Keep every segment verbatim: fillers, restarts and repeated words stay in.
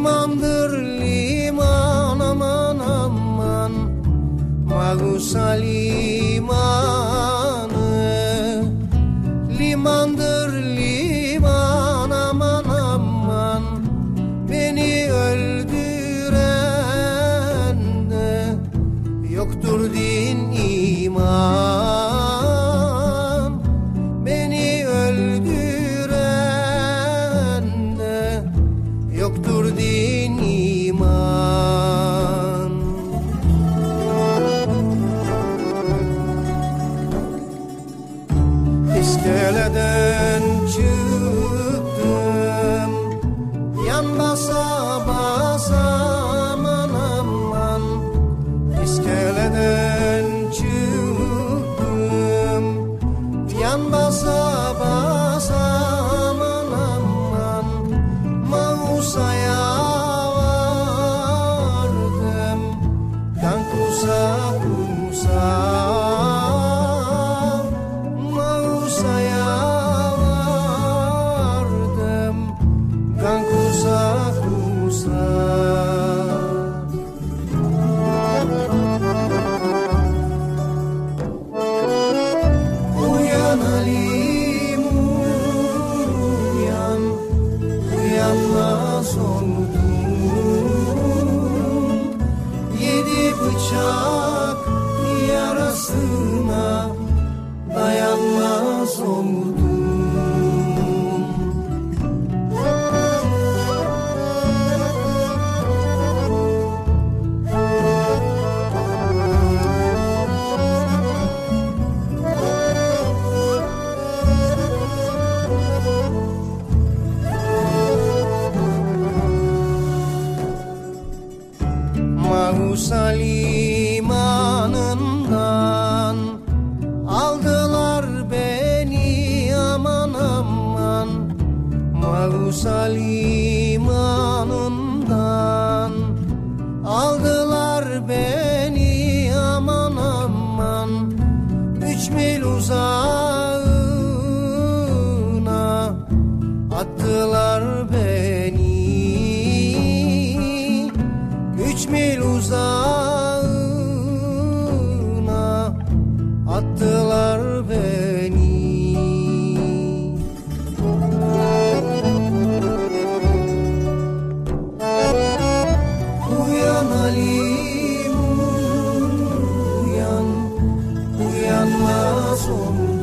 limandır liman aman aman, Magusa limanı, limandır liman aman aman, beni öldüren de yoktur din iman, beni öldüren de yoktur din iman. İskeleden çıktım, yan basa basa aman aman, İskeleden çıktım, yan basa basa aman aman, Mausa'ya vardım, kan kusa kusa, Mausa'ya vardım, kan kusa kusa. Uyan Halim uyan, uyanmaz oldum, yedi bıçak yarasına dayanmaz oldum. Magusa limanından aldılar beni aman aman, Magusa limanından aldılar beni aman aman, üç mil uzağına attılar beni, üç mil uzağına attılar beni. Uyan Halim uyan, uyanmaz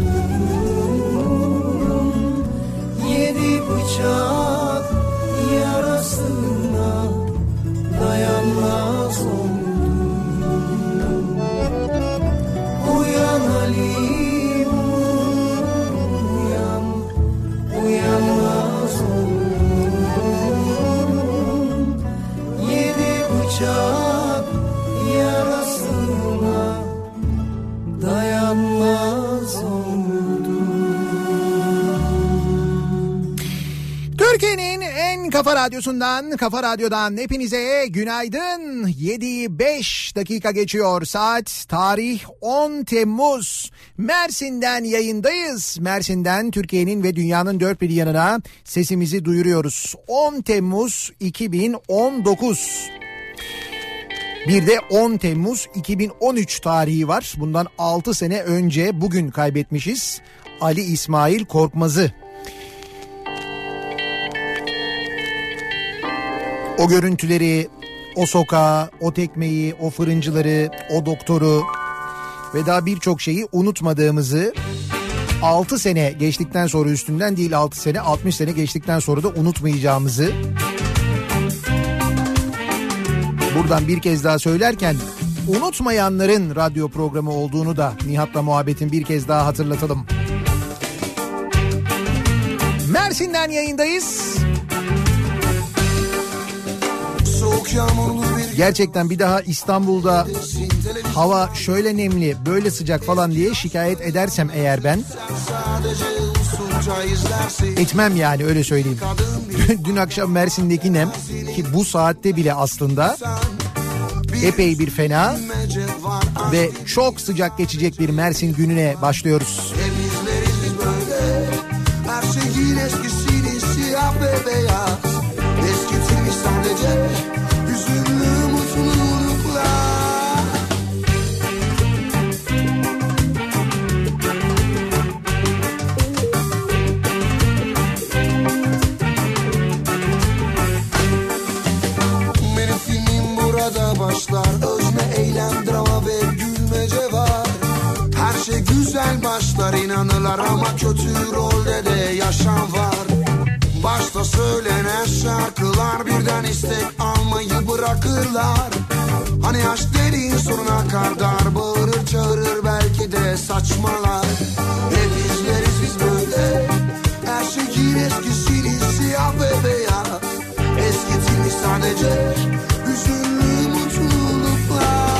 oldum, yedi bıçak yarasına dayanmaz oldum. Uyan Halim uyan, uyanmaz oldum, yedi bıçak yarasına dayanmaz oldum. Türkiye'nin en kafa radyosundan, Kafa Radyo'dan hepinize günaydın. yedi beş dakika geçiyor saat, tarih on Temmuz. Mersin'den yayındayız. Mersin'den Türkiye'nin ve dünyanın dört bir yanına sesimizi duyuruyoruz. on Temmuz iki bin on dokuz. Bir de on Temmuz iki bin on üç tarihi var. Bundan altı sene önce bugün kaybetmişiz Ali İsmail Korkmaz'ı. O görüntüleri, o sokağı, o tekmeyi, o fırıncıları, o doktoru ve daha birçok şeyi unutmadığımızı, altı sene geçtikten sonra, üstünden değil altı sene, altmış sene geçtikten sonra da unutmayacağımızı buradan bir kez daha söylerken unutmayanların radyo programı olduğunu da Nihat'la Muhabbet'in bir kez daha hatırlatalım. Mersin'den yayındayız. Gerçekten bir daha İstanbul'da hava şöyle nemli, böyle sıcak falan diye şikayet edersem eğer ben, etmem yani, öyle söyleyeyim. Dün akşam Mersin'deki nem, ki bu saatte bile aslında epey bir fena ve çok sıcak geçecek bir Mersin gününe başlıyoruz. Her şeyin eskisini siyah ve beyaz, eskitilmiş sadece başlar. Özne, eylem, drama ve gülmece var. Her şey güzel başlar inanırlar ama kötü rolde de yaşam var. Başta söylenen şarkılar birden istek almayı bırakırlar. Hani aşk dediğin sonuna kadar bağırır çağırır belki de saçmalar. Hep izleriz biz böyle her şeyin eskisini siyah ve beyaz. Eskitilmiş sadece hüzünlü mutluluklar.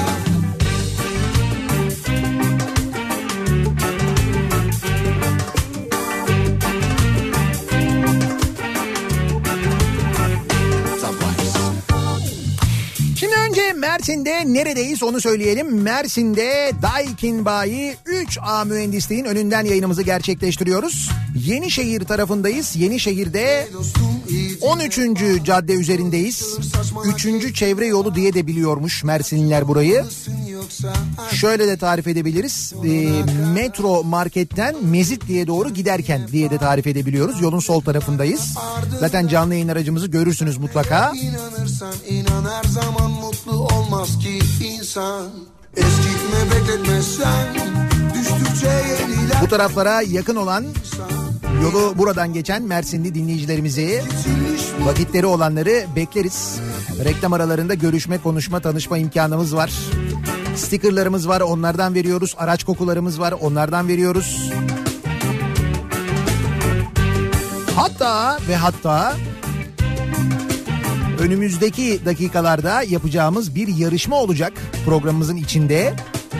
Mersin'de neredeyiz onu söyleyelim. Mersin'de Daikin Bayi üç A Mühendisliğin önünden yayınımızı gerçekleştiriyoruz. Yenişehir tarafındayız. Yenişehir'de on üçüncü cadde üzerindeyiz. üçüncü çevre yolu diye de biliyormuş Mersinliler burayı. Şöyle de tarif edebiliriz. E, metro marketten Mezitli'ye doğru giderken diye de tarif edebiliyoruz. Yolun sol tarafındayız. Zaten canlı yayın aracımızı görürsünüz mutlaka. İnanırsan inan her zaman mutlu olmaz ki insan. Eskitme bekletmezsen düştükçe yeniler. Bu taraflara yakın olan yolu buradan geçen Mersinli dinleyicilerimizi, vakitleri olanları bekleriz. Reklam aralarında görüşme, konuşma, tanışma imkanımız var. Stickerlarımız var, onlardan veriyoruz. Araç kokularımız var, onlardan veriyoruz. Hatta ve hatta önümüzdeki dakikalarda yapacağımız bir yarışma olacak programımızın içinde.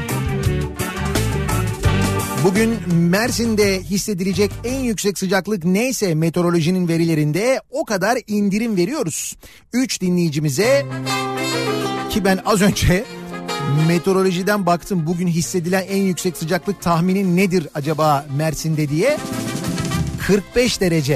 Bugün Mersin'de hissedilecek en yüksek sıcaklık neyse meteorolojinin verilerinde o kadar indirim veriyoruz. üç dinleyicimize, ki ben az önce meteorolojiden baktım bugün hissedilen en yüksek sıcaklık tahmini nedir acaba Mersin'de diye. kırk beş derece.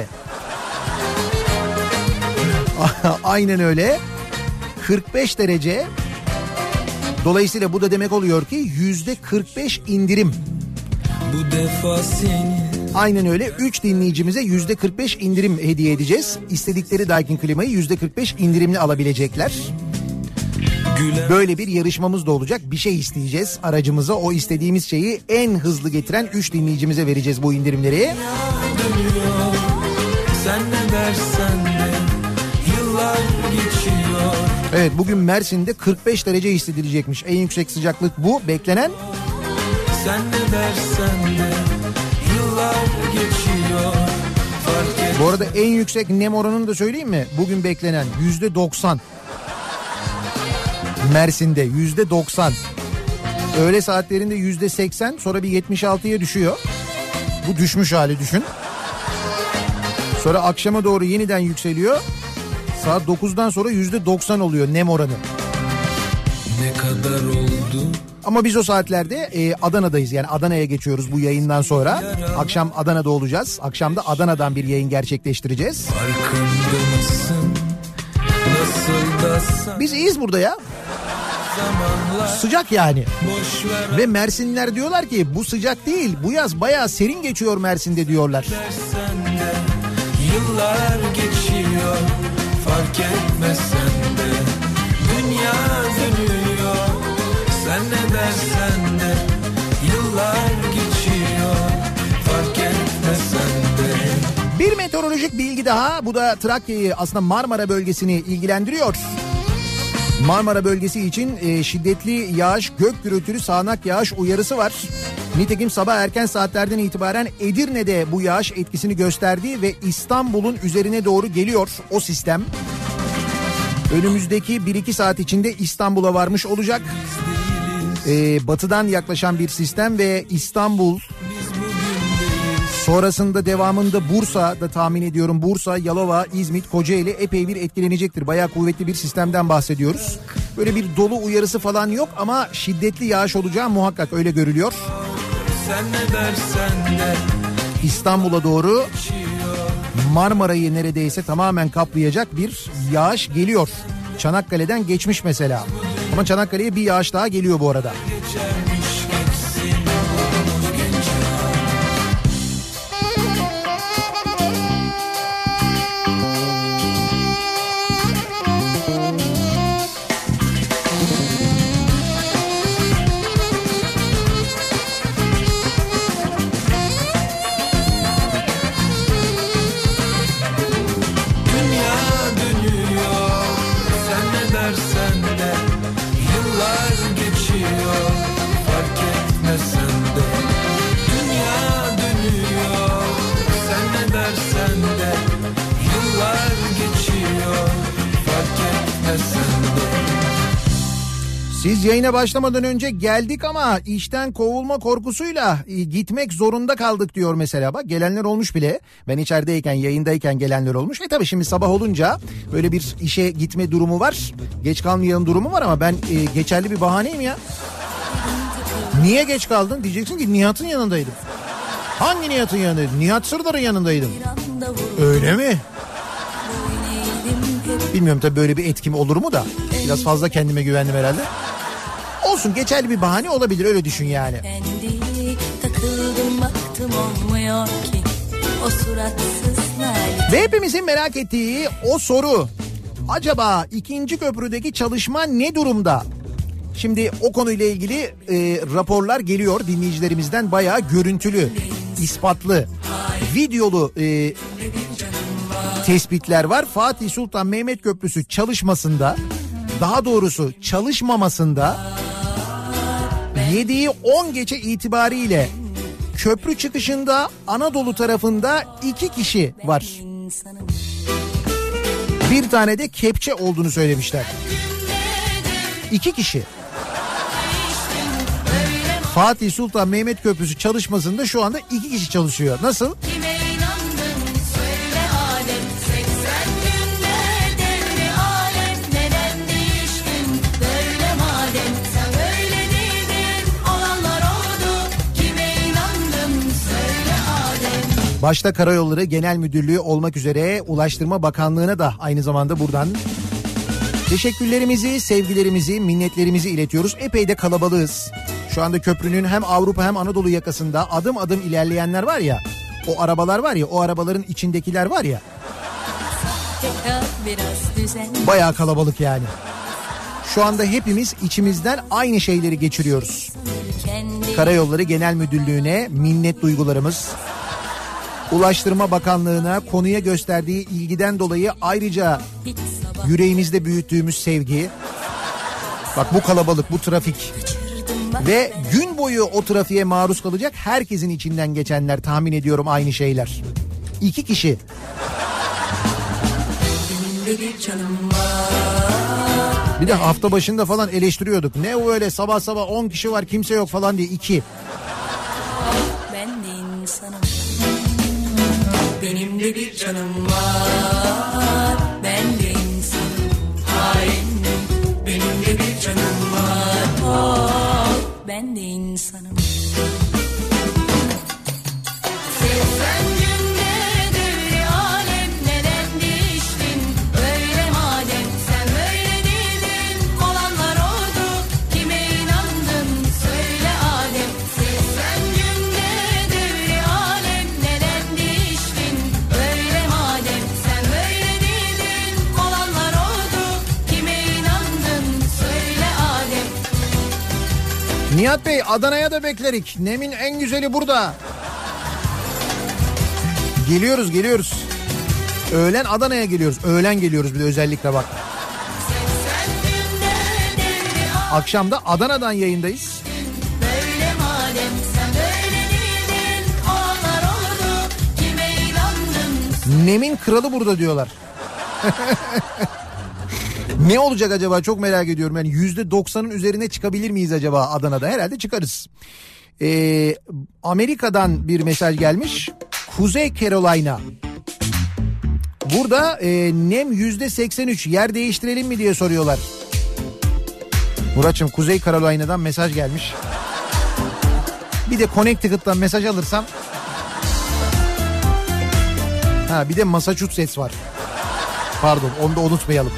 Aynen öyle. kırk beş derece. Dolayısıyla bu da demek oluyor ki yüzde kırk beş indirim. Bu defa seni. Aynen öyle. üç dinleyicimize yüzde kırk beş indirim hediye edeceğiz. İstedikleri Daikin klimayı yüzde kırk beş indirimli alabilecekler. Böyle bir yarışmamız da olacak. Bir şey isteyeceğiz aracımıza. O istediğimiz şeyi en hızlı getiren üç dinleyicimize vereceğiz bu indirimleri. Dönüyor, sen ne dersen de yıllar geçiyor. Evet, bugün Mersin'de kırk beş derece hissedilecekmiş. En yüksek sıcaklık bu. Beklenen. Sen ne dersen de yıllar geçiyor. Bu arada en yüksek nem oranını da söyleyeyim mi? Bugün beklenen yüzde doksan. Mersin'de yüzde doksan. Öğle saatlerinde yüzde seksen, sonra bir yetmiş altıya düşüyor. Bu düşmüş hali düşün. Sonra akşama doğru yeniden yükseliyor. Saat dokuzdan sonra yüzde doksan oluyor nem oranı. Ne kadar oldu? Ama biz o saatlerde e, Adana'dayız. Yani Adana'ya geçiyoruz bu yayından sonra. Akşam Adana'da olacağız. Akşam da Adana'dan bir yayın gerçekleştireceğiz. Farkında mısın? Nasıl da sen... Biz iyiyiz burada ya. Zamanlar Sıcak yani. boş ver. Ve Mersinliler diyorlar ki bu sıcak değil. Bu yaz bayağı serin geçiyor Mersin'de diyorlar. Dersen de yıllar geçiyor. Fark etmesen de dünya dönüyor. Sen ne dersen de yıllar geçiyor. Fark etmesen de. Bir meteorolojik bilgi daha. Bu da Trakya'yı, aslında Marmara bölgesini ilgilendiriyor. Marmara bölgesi için e, şiddetli yağış, gök gürültülü sağanak yağış uyarısı var. Nitekim sabah erken saatlerden itibaren Edirne'de bu yağış etkisini gösterdi ve İstanbul'un üzerine doğru geliyor o sistem. Önümüzdeki bir iki saat içinde İstanbul'a varmış olacak. Ee, batıdan yaklaşan bir sistem ve İstanbul, sonrasında devamında Bursa da tahmin ediyorum. Bursa, Yalova, İzmit, Kocaeli epey bir etkilenecektir. Bayağı kuvvetli bir sistemden bahsediyoruz. Böyle bir dolu uyarısı falan yok ama şiddetli yağış olacağı muhakkak, öyle görülüyor. Sen ne dersen de İstanbul'a doğru Marmara'yı neredeyse tamamen kaplayacak bir yağış geliyor. Çanakkale'den geçmiş mesela. Ama Çanakkale'ye bir yağış daha geliyor bu arada. geçermiş geçsin. Siz yayına başlamadan önce geldik ama işten kovulma korkusuyla gitmek zorunda kaldık diyor mesela. Bak gelenler olmuş bile. Ben içerideyken, yayındayken gelenler olmuş. Ve tabii şimdi sabah olunca böyle bir işe gitme durumu var. Geç kalmayalım durumu var ama ben e, geçerli bir bahaneyim ya. Niye geç kaldın? Diyeceksin ki Nihat'ın yanındaydım. Hangi Nihat'ın yanındaydım? Nihat Sırdar'ın yanındaydım. Öyle mi? Bilmiyorum tabii böyle bir etkim olur mu da. Biraz fazla kendime güvendim herhalde. Olsun, geçerli bir bahane olabilir, öyle düşün yani. Ve hepimizin merak ettiği o soru. Acaba ikinci köprüdeki çalışma ne durumda? Şimdi o konuyla ilgili e, raporlar geliyor dinleyicilerimizden, bayağı görüntülü, ispatlı, videolu e, tespitler var. Fatih Sultan Mehmet Köprüsü çalışmasında, daha doğrusu çalışmamasında yediği on gece itibariyle köprü çıkışında Anadolu tarafında iki kişi var. Bir tane de kepçe olduğunu söylemişler. İki kişi. Fatih Sultan Mehmet Köprüsü çalışmasında şu anda iki kişi çalışıyor. Nasıl? Başta Karayolları Genel Müdürlüğü olmak üzere Ulaştırma Bakanlığı'na da aynı zamanda buradan teşekkürlerimizi, sevgilerimizi, minnetlerimizi iletiyoruz. Epey de kalabalığız. Şu anda köprünün hem Avrupa hem Anadolu yakasında adım adım ilerleyenler var ya, o arabalar var ya, o arabaların içindekiler var ya, bayağı kalabalık yani. Şu anda hepimiz içimizden aynı şeyleri geçiriyoruz. Karayolları Genel Müdürlüğü'ne minnet duygularımız, Ulaştırma Bakanlığı'na konuya gösterdiği ilgiden dolayı ayrıca yüreğimizde büyüttüğümüz sevgi. Bak bu kalabalık, bu trafik ve gün boyu o trafiğe maruz kalacak herkesin içinden geçenler, tahmin ediyorum aynı şeyler. İki kişi. Bir de hafta başında falan eleştiriyorduk. Ne o öyle sabah sabah on kişi var kimse yok falan diye. İki. Ben de insanım. Benim de bir canım var. Ben de insanım. Hain. Benim de bir canım var. Oh, ben de insanım. Sen günde devri alem neden değiştin? Böyle madem sen böyle değildin. Olanlar oldu. Kime inandın? Söyle Adem. Sen günde devri alem neden değiştin? Böyle madem sen böyle değildin. Olanlar oldu. Kime inandın? Söyle Adem. Nihat Bey, Adana'ya da beklerik. Nem'in en güzeli burada. Geliyoruz geliyoruz. Öğlen Adana'ya geliyoruz. Öğlen geliyoruz bir de özellikle bak. Akşam da Adana'dan yayındayız. Böyle madem sen böyle değildin. Olanlar oldu. Kime inandın? Nem'in kralı burada diyorlar. Ne olacak acaba, çok merak ediyorum. Yani yüzde doksanın üzerine çıkabilir miyiz acaba Adana'da? Herhalde çıkarız. Ee, Amerika'dan bir mesaj gelmiş. Kuzey Carolina. Burada e, nem yüzde seksen üç, yer değiştirelim mi diye soruyorlar. Muratçım, Kuzey Carolina'dan mesaj gelmiş. Bir de Connecticut'tan mesaj alırsam. Ha, bir de Massachusetts var. Pardon, onu da unutmayalım.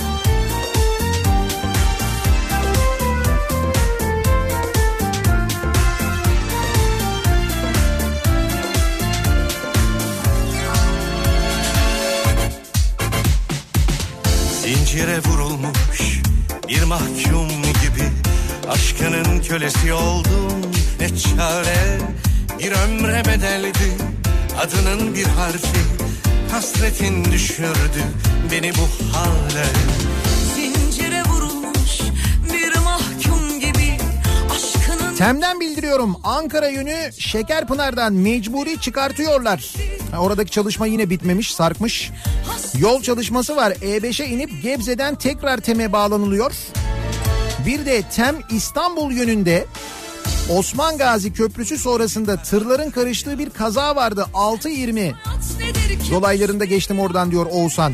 Zincire vurulmuş bir mahkum gibi aşkının kölesi oldum, ne çare. Bir ömre bedeldi adının bir harfi, hasretin düşürdü beni bu hale. Zincire vurulmuş bir mahkum gibi aşkının... Tem'den bildiriyorum, Ankara yönü Şekerpınar'dan mecburi çıkartıyorlar. Ha, oradaki çalışma yine bitmemiş, sarkmış. Yol çalışması var. E beşe inip Gebze'den tekrar Tem'e bağlanılıyor. Bir de Tem İstanbul yönünde Osman Gazi Köprüsü sonrasında tırların karıştığı bir kaza vardı. altı yirmi dolaylarında geçtim oradan diyor Oğuzhan.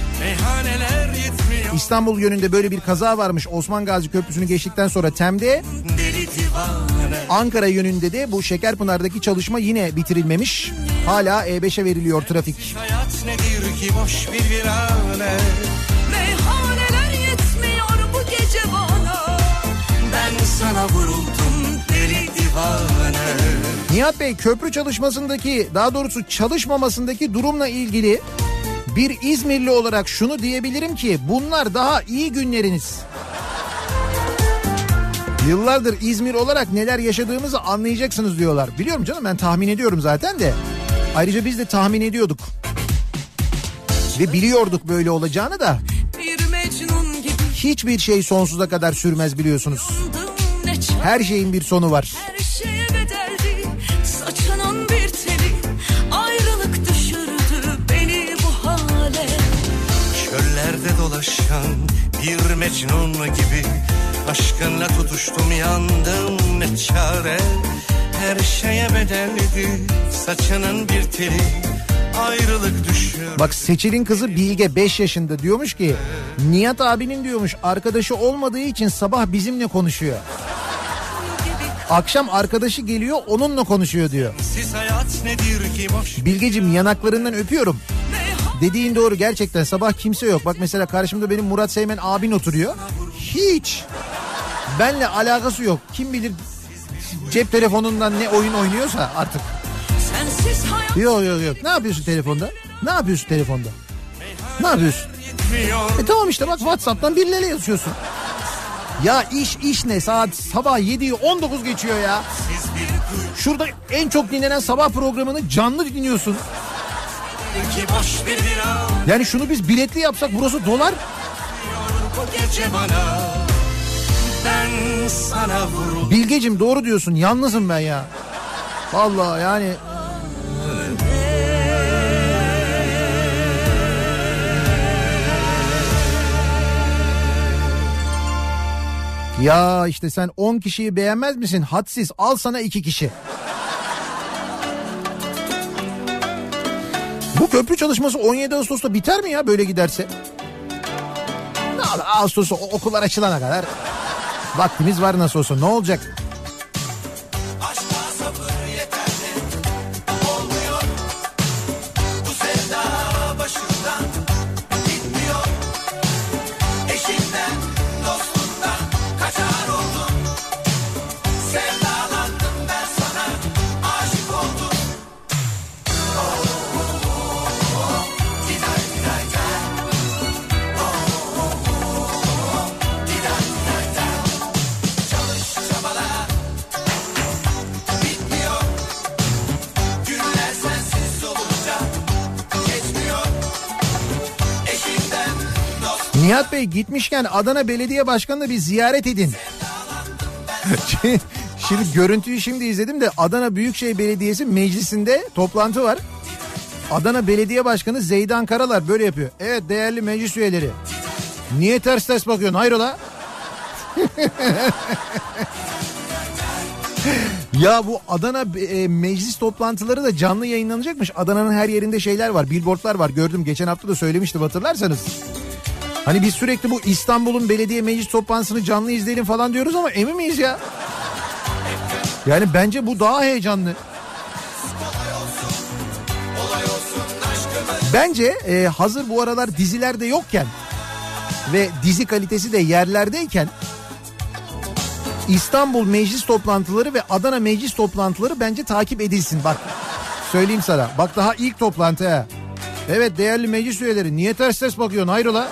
İstanbul yönünde böyle bir kaza varmış. Osman Gazi Köprüsü'nü geçtikten sonra Tem'de. Ankara yönünde de bu Şekerpınar'daki çalışma yine bitirilmemiş. Hala E beşe veriliyor trafik. Hayat nedir ki boş bir virane. Meyhaneler yetmiyor bu gece bana. Ben sana vuruldum deli divane. Nihat Bey, köprü çalışmasındaki, daha doğrusu çalışmamasındaki durumla ilgili bir İzmirli olarak şunu diyebilirim ki bunlar daha iyi günleriniz. Yıllardır İzmir olarak neler yaşadığımızı anlayacaksınız diyorlar. Biliyorum canım, ben tahmin ediyorum zaten de. Ayrıca biz de tahmin ediyorduk. Ve biliyorduk böyle olacağını da. Bir Mecnun gibi Hiçbir şey sonsuza kadar sürmez biliyorsunuz. Her şeyin bir sonu var. her şeye bedeldi. Saçının bir teli ayrılık düşürdü beni bu hale. Çöllerde dolaşan bir Mecnun gibi aşkınla tutuştum, yandım ne çare. Her şeye bedeldi saçının bir teli ayrılık düşür. Bak, Seçil'in kızı Bilge beş yaşında diyormuş ki Nihat abinin diyormuş arkadaşı olmadığı için sabah bizimle konuşuyor. Akşam arkadaşı geliyor onunla konuşuyor diyor. Siz hayat nedir ki boş. Bilgeciğim, yanaklarından öpüyorum. Dediğin doğru gerçekten, sabah kimse yok. Bak mesela karşımda benim Murat Seymen abin oturuyor. Hiç benle alakası yok. Kim bilir cep telefonundan ne oyun oynuyorsa artık. Sensiz hayat Yok yok yok. Ne yapıyorsun telefonda? Ne yapıyorsun telefonda? Ne yapıyorsun? E tamam işte bak, WhatsApp'tan birileriyle yazıyorsun. Ya iş iş ne? Saat sabah yediyi on dokuz geçiyor ya. Şurada en çok dinlenen sabah programını canlı dinliyorsun. Yani şunu biz biletli yapsak burası dolar. Bu gece bana ben sana vuruldum. Bilgecim doğru diyorsun, yalnızım ben ya. Vallahi yani. Ya işte sen on kişiyi beğenmez misin? Hadsiz, al sana iki kişi. Bu köprü çalışması on yedi Ağustos'ta biter mi ya böyle giderse? Ne olur, Ağustos'ta okullar açılana kadar vaktimiz var nasıl olsa, ne olacak? Nihat Bey, gitmişken Adana Belediye Başkanı'nı bir ziyaret edin. Şimdi görüntüyü şimdi izledim de Adana Büyükşehir Belediyesi meclisinde toplantı var. Adana Belediye Başkanı Zeydan Karalar böyle yapıyor. Evet değerli meclis üyeleri. Niye ters ters bakıyorsun, hayrola? Ya bu Adana e, meclis toplantıları da canlı yayınlanacakmış. Adana'nın her yerinde şeyler var, billboardlar var, gördüm. Geçen hafta da söylemiştim, hatırlarsanız. Hani biz sürekli bu İstanbul'un belediye meclis toplantısını canlı izleyelim falan diyoruz ama emin miyiz ya? Yani bence bu daha heyecanlı. Bence e, hazır bu aralar dizilerde yokken ve dizi kalitesi de yerlerdeyken İstanbul meclis toplantıları ve Adana meclis toplantıları bence takip edilsin. Bak söyleyeyim sana. Bak daha ilk toplantı ha. Evet değerli meclis üyeleri, niye ters ters bakıyorsun, hayrola?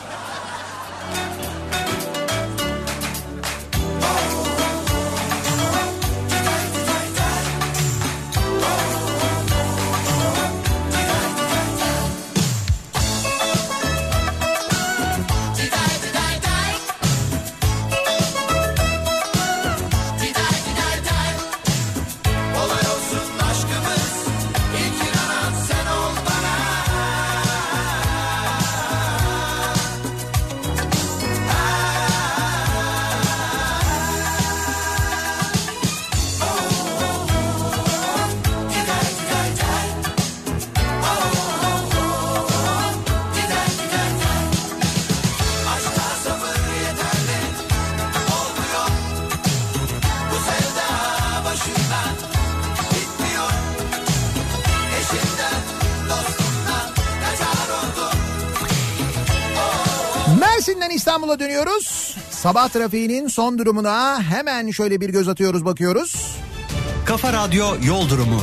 Mersin'den İstanbul'a dönüyoruz. Sabah trafiğinin son durumuna hemen şöyle bir göz atıyoruz, bakıyoruz. Kafa Radyo Yol Durumu.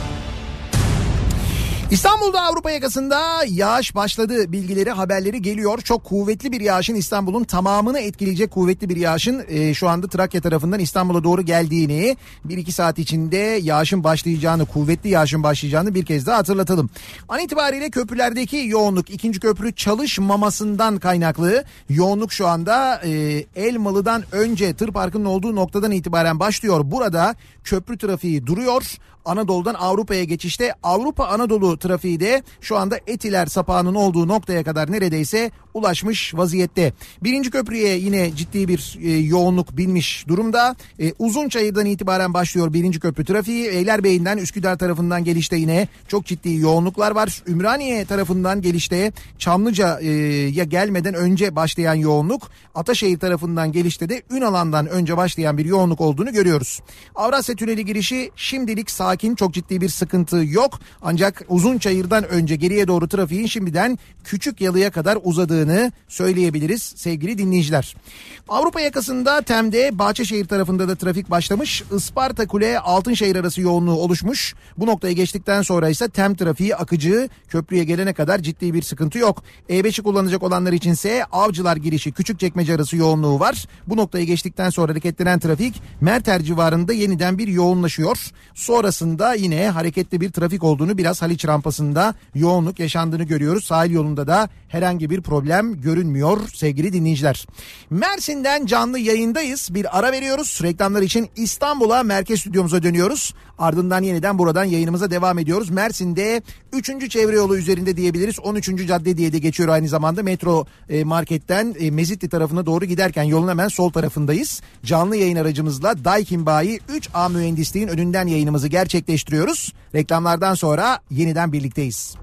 İstanbul'da Avrupa yakasında yağış başladı bilgileri, haberleri geliyor. Çok kuvvetli bir yağışın, İstanbul'un tamamını etkileyecek kuvvetli bir yağışın e, şu anda Trakya tarafından İstanbul'a doğru geldiğini, bir iki saat içinde yağışın başlayacağını, kuvvetli yağışın başlayacağını bir kez daha hatırlatalım. An itibariyle köprülerdeki yoğunluk, ikinci köprü çalışmamasından kaynaklı yoğunluk şu anda e, Elmalı'dan önce tır parkının olduğu noktadan itibaren başlıyor. Burada köprü trafiği duruyor. Anadolu'dan Avrupa'ya geçişte Avrupa Anadolu trafiği de şu anda Etiler sapağının olduğu noktaya kadar neredeyse ulaşmış vaziyette. Birinci köprüye yine ciddi bir e, yoğunluk binmiş durumda. E, Uzunçayır'dan itibaren başlıyor birinci köprü trafiği. Beylerbeyi'nden Üsküdar tarafından gelişte yine çok ciddi yoğunluklar var. Ümraniye tarafından gelişte Çamlıca'ya gelmeden önce başlayan yoğunluk, Ataşehir tarafından gelişte de Ünalan'dan önce başlayan bir yoğunluk olduğunu görüyoruz. Avrasya Tüneli girişi şimdilik sakin, çok ciddi bir sıkıntı yok. Ancak Uzunçayır'dan önce geriye doğru trafiğin şimdiden Küçükyalı'ya kadar uzadığını söyleyebiliriz sevgili dinleyiciler. Avrupa yakasında Tem'de, Bahçeşehir tarafında da trafik başlamış. Isparta Kule Altınşehir arası yoğunluğu oluşmuş. Bu noktayı geçtikten sonra ise Tem trafiği akıcı, köprüye gelene kadar ciddi bir sıkıntı yok. E beşi kullanacak olanlar içinse Avcılar girişi Küçükçekmece arası yoğunluğu var. Bu noktayı geçtikten sonra hareketlenen trafik Merter civarında yeniden bir yoğunlaşıyor. Sonrasında yine hareketli bir trafik olduğunu, biraz Haliç rampasında yoğunluk yaşandığını görüyoruz. Sahil yolunda da herhangi bir problem görünmüyor sevgili dinleyiciler. Mersin'den canlı yayındayız. Bir ara veriyoruz. Reklamlar için İstanbul'a, merkez stüdyomuza dönüyoruz. Ardından yeniden buradan yayınımıza devam ediyoruz. Mersin'de üçüncü çevre yolu üzerinde diyebiliriz. on üçüncü cadde diye de geçiyor aynı zamanda. Metro e, marketten e, Mezitli tarafına doğru giderken yolun hemen sol tarafındayız. Canlı yayın aracımızla Daikin Bayi üç A Mühendisliğin önünden yayınımızı gerçekleştiriyoruz. Reklamlardan sonra yeniden birlikteyiz.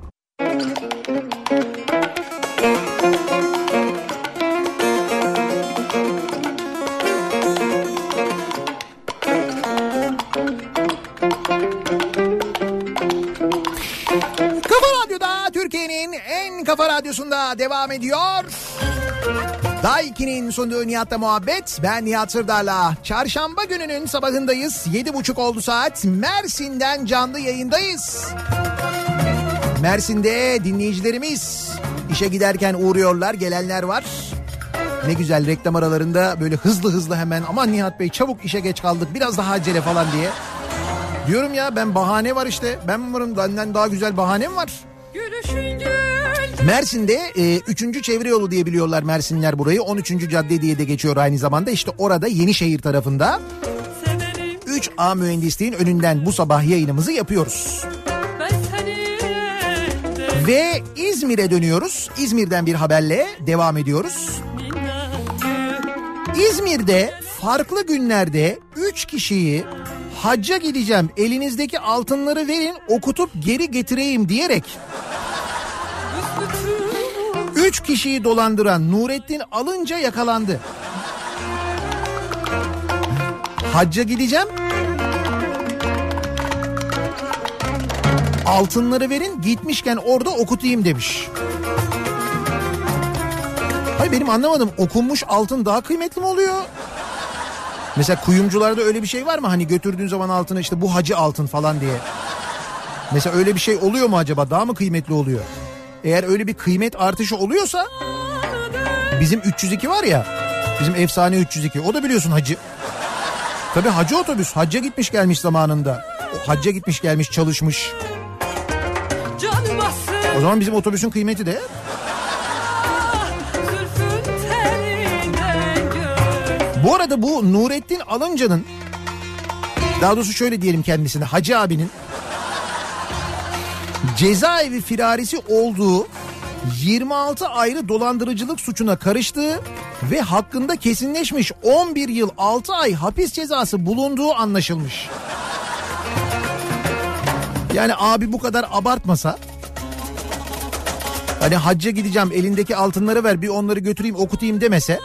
Türkiye'nin en kafa radyosunda devam ediyor. Daiki'nin sunduğu Nihat'la muhabbet. Ben Nihat Sırdar'la. Çarşamba gününün sabahındayız. Yedi buçuk oldu saat. Mersin'den canlı yayındayız. Mersin'de dinleyicilerimiz işe giderken uğruyorlar, gelenler var. Ne güzel, reklam aralarında böyle hızlı hızlı hemen, aman Nihat Bey çabuk işe geç kaldık, biraz daha acele falan diye. Diyorum ya, ben bahane var işte. Ben varım, benden daha güzel bahanem var. Mersin'de e, üçüncü çevre yolu diye biliyorlar Mersinliler burayı. on üçüncü cadde diye de geçiyor aynı zamanda. İşte orada Yenişehir tarafında üç A Mühendisliğin önünden bu sabah yayınımızı yapıyoruz. Ve İzmir'e dönüyoruz. İzmir'den bir haberle devam ediyoruz. İzmir'de farklı günlerde üç kişiyi hacca gideceğim, elinizdeki altınları verin okutup geri getireyim diyerek üç kişiyi dolandıran Nurettin Alınca yakalandı. Hacca gideceğim, altınları verin, gitmişken orada okutayım demiş. Hayır, benim anlamadım, okunmuş altın daha kıymetli mi oluyor? Mesela kuyumcularda öyle bir şey var mı? Hani götürdüğün zaman altını, işte bu hacı altın falan diye. Mesela öyle bir şey oluyor mu acaba? Daha mı kıymetli oluyor? Eğer öyle bir kıymet artışı oluyorsa, bizim üç yüz iki var ya, bizim efsane üç yüz iki, o da biliyorsun hacı. Tabii hacı otobüs, hacca gitmiş gelmiş zamanında. O hacca gitmiş gelmiş, çalışmış. O zaman bizim otobüsün kıymeti de... Bu arada bu Nurettin Alınca'nın, daha doğrusu şöyle diyelim kendisine, Hacı abinin cezaevi firarisi olduğu, yirmi altı ayrı dolandırıcılık suçuna karıştığı ve hakkında kesinleşmiş on bir yıl altı ay hapis cezası bulunduğu anlaşılmış. Yani abi bu kadar abartmasa, hani hacca gideceğim, elindeki altınları ver, bir onları götüreyim okutayım demese,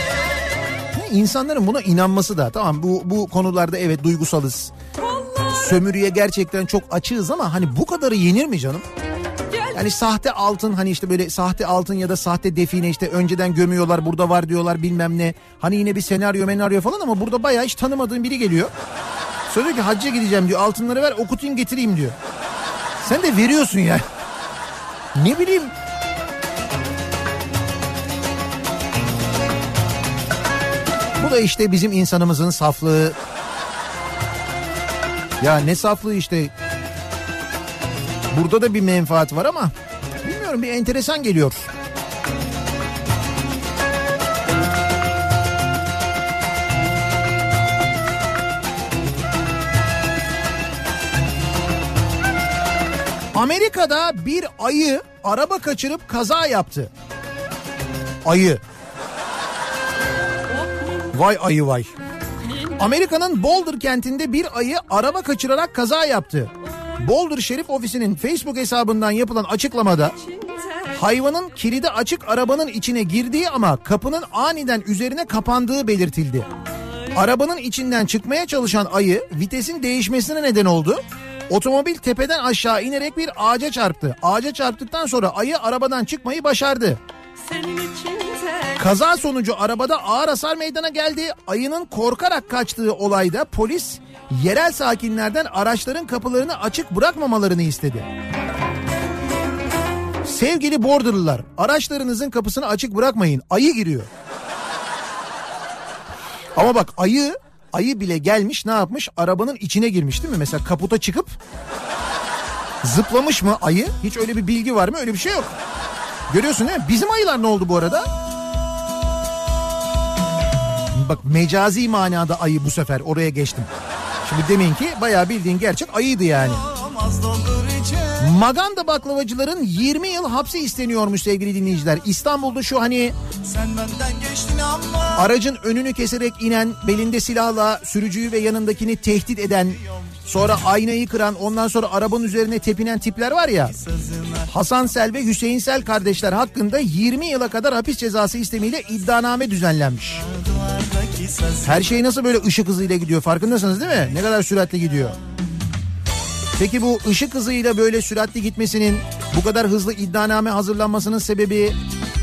İnsanların buna inanması da, tamam, bu bu konularda evet duygusalız. sömürüye gerçekten çok açığız ama hani bu kadarı yenir mi canım? Yani sahte altın, hani işte böyle sahte altın ya da sahte define, işte önceden gömüyorlar, burada var diyorlar bilmem ne. Hani yine bir senaryo menaryo falan ama burada bayağı hiç tanımadığın biri geliyor. Söylüyor ki hacca gideceğim diyor, altınları ver okutayım getireyim diyor. Sen de veriyorsun ya. Ne bileyim. Bu da işte bizim insanımızın saflığı. Ya ne saflığı işte. Burada da bir menfaat var ama bilmiyorum, bir enteresan geliyor. Amerika'da bir ayı araba kaçırıp kaza yaptı. Ayı. Vay ayı vay. Amerika'nın Boulder kentinde bir ayı araba kaçırarak kaza yaptı. Boulder Şerif Ofisi'nin Facebook hesabından yapılan açıklamada hayvanın kilidi açık arabanın içine girdiği ama kapının aniden üzerine kapandığı belirtildi. Arabanın içinden çıkmaya çalışan ayı vitesin değişmesine neden oldu. Otomobil tepeden aşağı inerek bir ağaca çarptı. Ağaca çarptıktan sonra ayı arabadan çıkmayı başardı. Kaza sonucu arabada ağır hasar meydana geldi. Ayının korkarak kaçtığı olayda polis yerel sakinlerden araçların kapılarını açık bırakmamalarını istedi. Sevgili Borderlılar, araçlarınızın kapısını açık bırakmayın. Ayı giriyor. Ama bak ayı, ayı bile gelmiş, ne yapmış? Arabanın içine girmiş değil mi? Mesela kaputa çıkıp zıplamış mı ayı? Hiç öyle bir bilgi var mı? Öyle bir şey yok. Görüyorsun değil mi? Bizim ayılar ne oldu bu arada? Bak mecazi manada ayı bu sefer, oraya geçtim. Şimdi demin ki bayağı bildiğin gerçek ayıydı yani. Maganda baklavacıların yirmi yıl hapsi isteniyormuş sevgili dinleyiciler. İstanbul'da şu hani aracın önünü keserek inen, belinde silahla sürücüyü ve yanındakini tehdit eden, sonra aynayı kıran, ondan sonra arabanın üzerine tepinen tipler var ya. Hasan Sel ve Hüseyin Sel kardeşler hakkında yirmi yıla kadar hapis cezası istemiyle iddianame düzenlenmiş. Her şey nasıl böyle ışık hızıyla gidiyor, farkındasınız değil mi? Ne kadar süratli gidiyor. Peki bu ışık hızıyla böyle süratli gitmesinin, bu kadar hızlı iddianame hazırlanmasının sebebi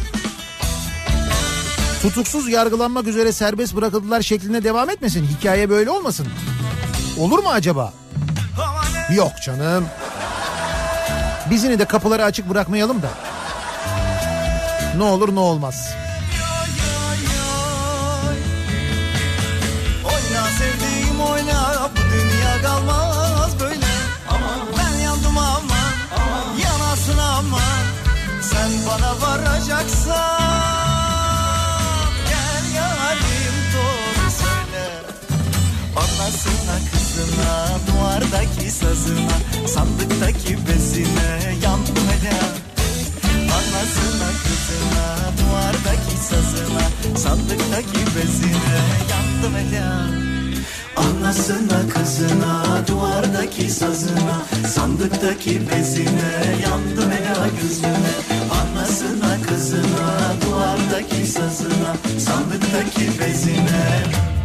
tutuksuz yargılanmak üzere serbest bırakıldılar şeklinde devam etmesin? Hikaye böyle olmasın. Olur mu acaba? Yok canım. Biz yine de kapıları açık bırakmayalım da. Ne olur ne olmaz. Oyna sevdiğim oyna, bu dünya kalmaz böyle. Aman ben yandım ama, aman yanasın ama. Sen bana varacaksan gel yarim doğru söyle. Anasına kızına, duvardaki sazına, sandıktaki bezine yandım hele. Anasına kızına, duvardaki sazına, sandıktaki bezine yandım hele. Anasına kızına, duvardaki sazına, sandıktaki bezine yandım hele gözüne. Anasına kızına, duvardaki sazına, sandıktaki bezine.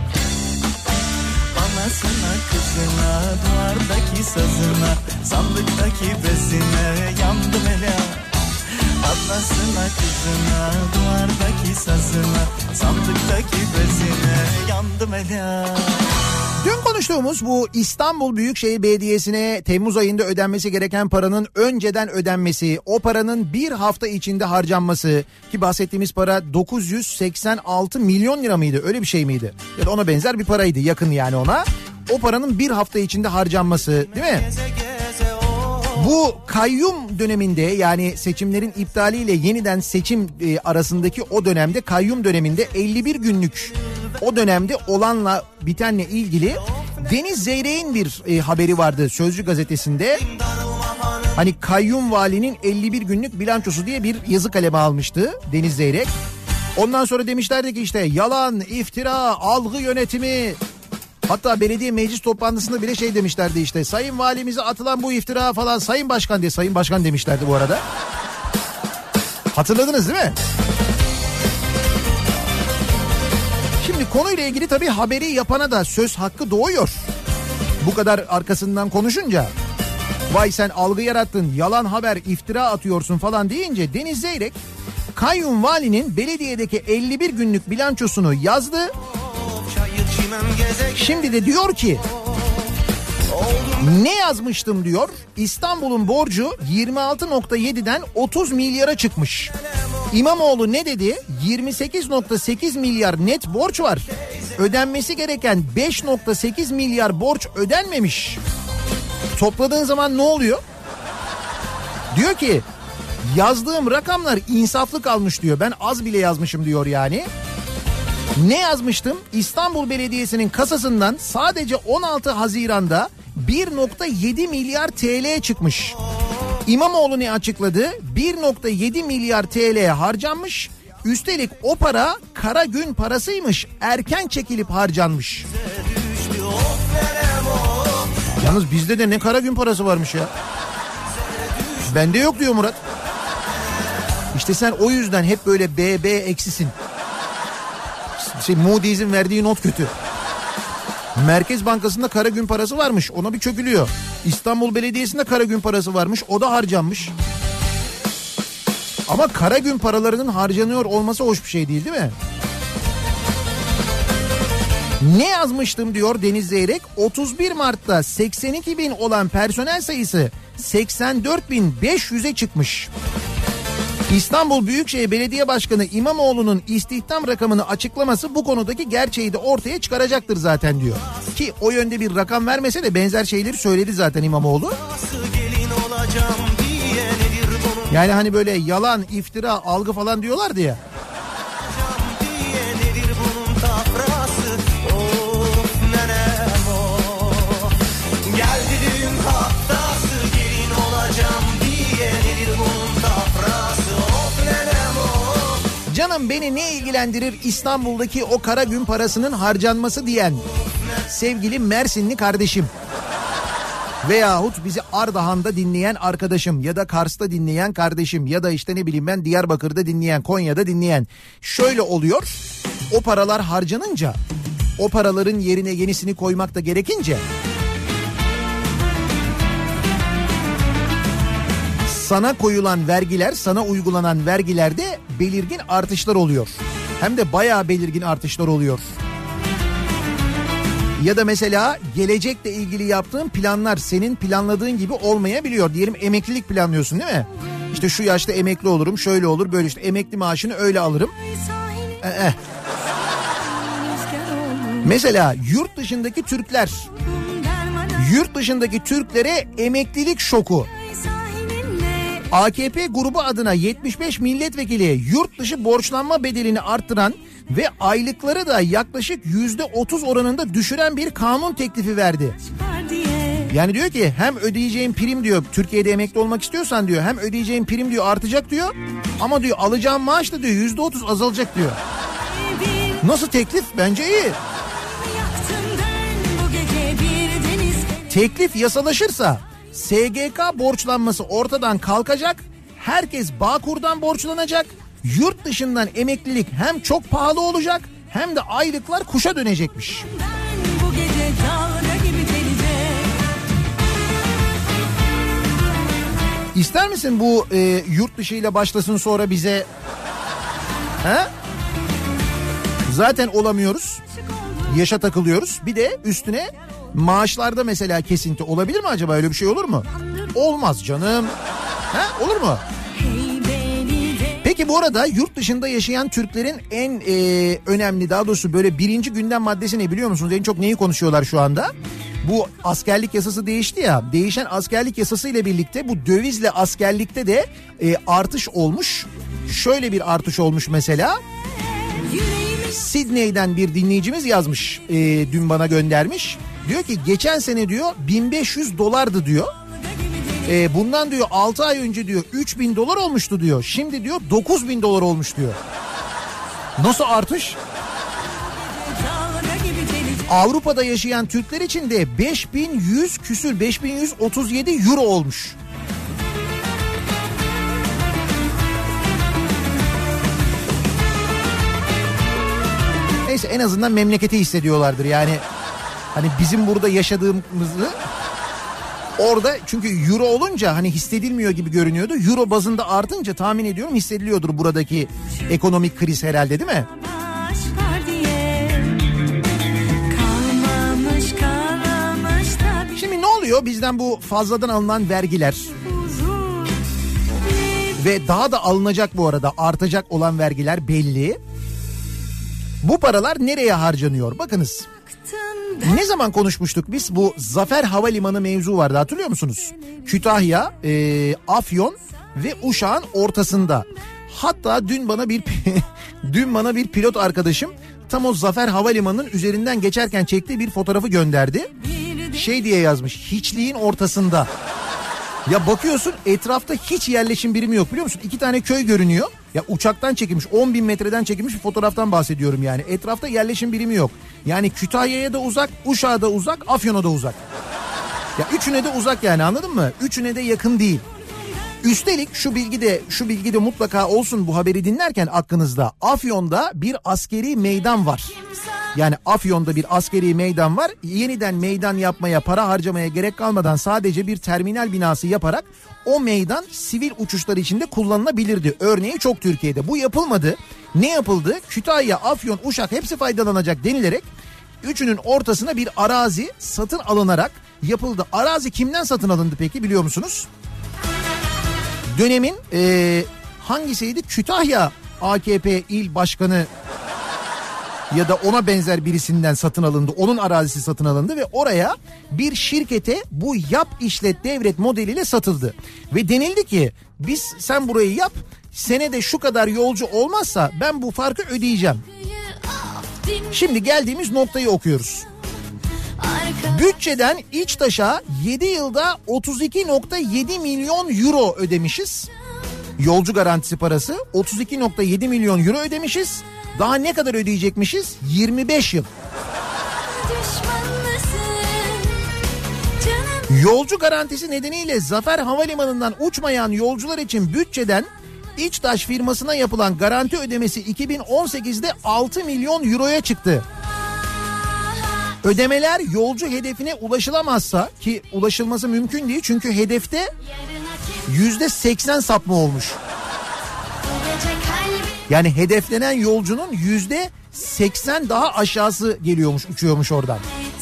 Anasına kızına, duvardaki sazına, sandıktaki bezine yandım hele. Anasına kızına, duvardaki sazına, sandıktaki bezine yandım hele. Dün konuştuğumuz bu İstanbul Büyükşehir Belediyesi'ne Temmuz ayında ödenmesi gereken paranın önceden ödenmesi, o paranın bir hafta içinde harcanması, ki bahsettiğimiz para dokuz yüz seksen altı milyon lira mıydı, öyle bir şey miydi? Ya da ona benzer bir paraydı, yakın yani ona. O paranın bir hafta içinde harcanması, değil mi? Bu kayyum döneminde, yani seçimlerin iptaliyle yeniden seçim arasındaki o dönemde, kayyum döneminde elli bir günlük o dönemde olanla bitenle ilgili Deniz Zeyrek'in bir e, haberi vardı Sözcü gazetesinde. Hani kayyum valinin elli bir günlük bilançosu diye bir yazı kaleme almıştı Deniz Zeyrek. Ondan sonra demişlerdi ki işte yalan, iftira, algı yönetimi. Hatta belediye meclis toplantısında bile şey demişlerdi, işte sayın valimize atılan bu iftira falan, sayın başkan diye, sayın başkan demişlerdi bu arada. Hatırladınız değil mi? Şimdi konuyla ilgili tabii haberi yapana da söz hakkı doğuyor. Bu kadar arkasından konuşunca, vay sen algı yarattın, yalan haber, iftira atıyorsun falan deyince Deniz Zeyrek kayyum valinin belediyedeki elli bir günlük bilançosunu yazdı. Şimdi de diyor ki, ne yazmıştım diyor, İstanbul'un borcu yirmi altı nokta yediden otuz milyara çıkmış. İmamoğlu ne dedi? yirmi sekiz nokta sekiz milyar net borç var. Ödenmesi gereken beş nokta sekiz milyar borç ödenmemiş. Topladığın zaman ne oluyor? Diyor ki yazdığım rakamlar insaflı kalmış diyor. Ben az bile yazmışım diyor yani. Ne yazmıştım? İstanbul Belediyesi'nin kasasından sadece on altı Haziran'da bir nokta yedi milyar T L çıkmış. İmamoğlu ne açıkladı? bir nokta yedi milyar T L harcanmış. Üstelik o para kara gün parasıymış. Erken çekilip harcanmış. Yalnız bizde de ne kara gün parası varmış ya. Bende yok diyor Murat. İşte sen o yüzden hep böyle B B eksisin. Şey, Moody's'in verdiği not kötü. Merkez Bankası'nda kara gün parası varmış. Ona bir çökülüyor. İstanbul Belediyesi'nde kara gün parası varmış. O da harcanmış. Ama kara gün paralarının harcanıyor olması hoş bir şey değil, değil mi? Ne yazmıştım diyor Deniz Zeyrek. otuz bir Mart'ta seksen iki bin olan personel sayısı seksen dört bin beş yüze çıkmış. İstanbul Büyükşehir Belediye Başkanı İmamoğlu'nun istihdam rakamını açıklaması bu konudaki gerçeği de ortaya çıkaracaktır zaten diyor. Ki o yönde bir rakam vermese de benzer şeyleri söyledi zaten İmamoğlu. Yani hani böyle yalan, iftira, algı falan diyorlardı ya. Canım beni ne ilgilendirir İstanbul'daki o kara gün parasının harcanması diyen sevgili Mersinli kardeşim. Veyahut bizi Ardahan'da dinleyen arkadaşım ya da Kars'ta dinleyen kardeşim ya da işte ne bileyim ben Diyarbakır'da dinleyen, Konya'da dinleyen. Şöyle oluyor, o paralar harcanınca, o paraların yerine yenisini koymak da gerekince sana koyulan vergiler, sana uygulanan vergilerde belirgin artışlar oluyor. Hem de bayağı belirgin artışlar oluyor. Ya da mesela gelecekle ilgili yaptığın planlar senin planladığın gibi olmayabiliyor. Diyelim emeklilik planlıyorsun değil mi? İşte şu yaşta emekli olurum, şöyle olur, böyle işte emekli maaşını öyle alırım. Ee. Mesela yurt dışındaki Türkler, yurt dışındaki Türklere emeklilik şoku. A K P grubu adına yetmiş beş milletvekili yurt dışı borçlanma bedelini arttıran ve aylıkları da yaklaşık yüzde otuz oranında düşüren bir kanun teklifi verdi. Yani diyor ki hem ödeyeceğin prim diyor, Türkiye'de emekli olmak istiyorsan diyor, hem ödeyeceğin prim diyor artacak diyor, ama diyor alacağın maaş da diyor yüzde otuz azalacak diyor. Nasıl teklif? Bence iyi. Teklif yasalaşırsa S G K borçlanması ortadan kalkacak, herkes Bağkur'dan borçlanacak, yurt dışından emeklilik hem çok pahalı olacak hem de aylıklar kuşa dönecekmiş. İster misin bu e, yurt dışıyla başlasın sonra bize? He? Zaten olamıyoruz, yaşa takılıyoruz, bir de üstüne maaşlarda mesela kesinti olabilir mi acaba, öyle bir şey olur mu? Olmaz canım. He, olur mu? Peki bu arada yurt dışında yaşayan Türklerin en e, önemli, daha doğrusu böyle birinci gündem maddesi ne biliyor musunuz? En çok neyi konuşuyorlar şu anda? Bu askerlik yasası değişti ya. Değişen askerlik yasası ile birlikte bu dövizle askerlikte de e, artış olmuş. Şöyle bir artış olmuş mesela. Sydney'den bir dinleyicimiz yazmış, e, dün bana göndermiş. Diyor ki geçen sene diyor bin beş yüz dolardı diyor. E, bundan diyor altı ay önce diyor üç bin dolar olmuştu diyor. Şimdi diyor dokuz bin dolar olmuş diyor. Nasıl artış? Avrupa'da yaşayan Türkler için de beş bin yüz küsür, beş bin yüz otuz yedi euro olmuş. Neyse, en azından memleketi hissediyorlardır yani. Hani bizim burada yaşadığımızı orada, çünkü euro olunca hani hissedilmiyor gibi görünüyordu. Euro bazında artınca tahmin ediyorum hissediliyordur buradaki ekonomik kriz herhalde, değil mi? Şimdi ne oluyor? Bizden bu fazladan alınan vergiler ve daha da alınacak, bu arada artacak olan vergiler belli. Bu paralar nereye harcanıyor? Bakınız. Ne zaman konuşmuştuk biz? Bu Zafer Havalimanı mevzu vardı, hatırlıyor musunuz? Kütahya, e, Afyon ve Uşak'ın ortasında. Hatta dün bana bir dün bana bir pilot arkadaşım tam o Zafer Havalimanı'nın üzerinden geçerken çektiği bir fotoğrafı gönderdi. Şey diye yazmış, hiçliğin ortasında. Ya bakıyorsun etrafta hiç yerleşim birimi yok, biliyor musun? İki tane köy görünüyor. Ya uçaktan çekilmiş, on bin metreden çekilmiş bir fotoğraftan bahsediyorum yani. Etrafta yerleşim birimi yok. Yani Kütahya'ya da uzak, Uşak'a da uzak, Afyon'a da uzak. Ya üçüne de uzak yani, anladın mı? Üçüne de yakın değil. Üstelik şu bilgi de şu bilgi de mutlaka olsun bu haberi dinlerken aklınızda. Afyon'da bir askeri meydan var. Yani Afyon'da bir askeri meydan var. Yeniden meydan yapmaya, para harcamaya gerek kalmadan sadece bir terminal binası yaparak o meydan sivil uçuşlar içinde kullanılabilirdi. Örneği çok Türkiye'de. Bu yapılmadı. Ne yapıldı? Kütahya, Afyon, Uşak hepsi faydalanacak denilerek üçünün ortasına bir arazi satın alınarak yapıldı. Arazi kimden satın alındı peki, biliyor musunuz? Dönemin e, hangisiydi? Kütahya A K P il başkanı ya da ona benzer birisinden satın alındı. Onun arazisi satın alındı ve oraya bir şirkete bu yap işlet devret modeliyle satıldı. Ve denildi ki biz, sen burayı yap, senede şu kadar yolcu olmazsa ben bu farkı ödeyeceğim. Şimdi geldiğimiz noktayı okuyoruz. Bütçeden İçtaş'a yedi yılda otuz iki nokta yedi milyon euro ödemişiz. Yolcu garantisi parası otuz iki nokta yedi milyon euro ödemişiz. Daha ne kadar ödeyecekmişiz? yirmi beş yıl. Yolcu garantisi nedeniyle Zafer Havalimanı'ndan uçmayan yolcular için bütçeden İçtaş firmasına yapılan garanti ödemesi iki bin on sekizde altı milyon euroya çıktı. Ödemeler yolcu hedefine ulaşılamazsa, ki ulaşılması mümkün değil çünkü hedefte yüzde seksen sapma olmuş. Yani hedeflenen yolcunun yüzde seksen daha aşağısı geliyormuş, uçuyormuş oradan.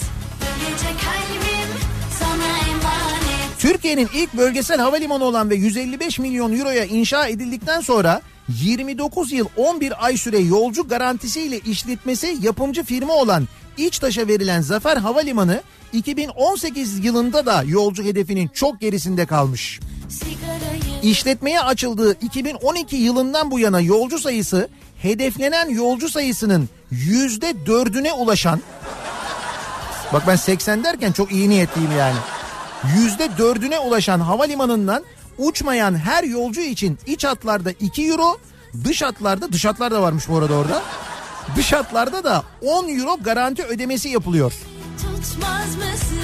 Türkiye'nin ilk bölgesel havalimanı olan ve yüz elli beş milyon euroya inşa edildikten sonra yirmi dokuz yıl on bir ay süre yolcu garantisiyle işletmesi yapımcı firma olan İçtaş'a verilen Zafer Havalimanı iki bin on sekiz yılında da yolcu hedefinin çok gerisinde kalmış. İşletmeye açıldığı iki bin on iki yılından bu yana yolcu sayısı hedeflenen yolcu sayısının yüzde dördüne ulaşan, bak ben seksen derken çok iyi niyetliyim yani, yüzde dördüne ulaşan havalimanından uçmayan her yolcu için iç hatlarda iki euro, dış hatlarda, dış hatlar da varmış bu arada orada, dış hatlarda da on euro garanti ödemesi yapılıyor. Tutmaz mısın?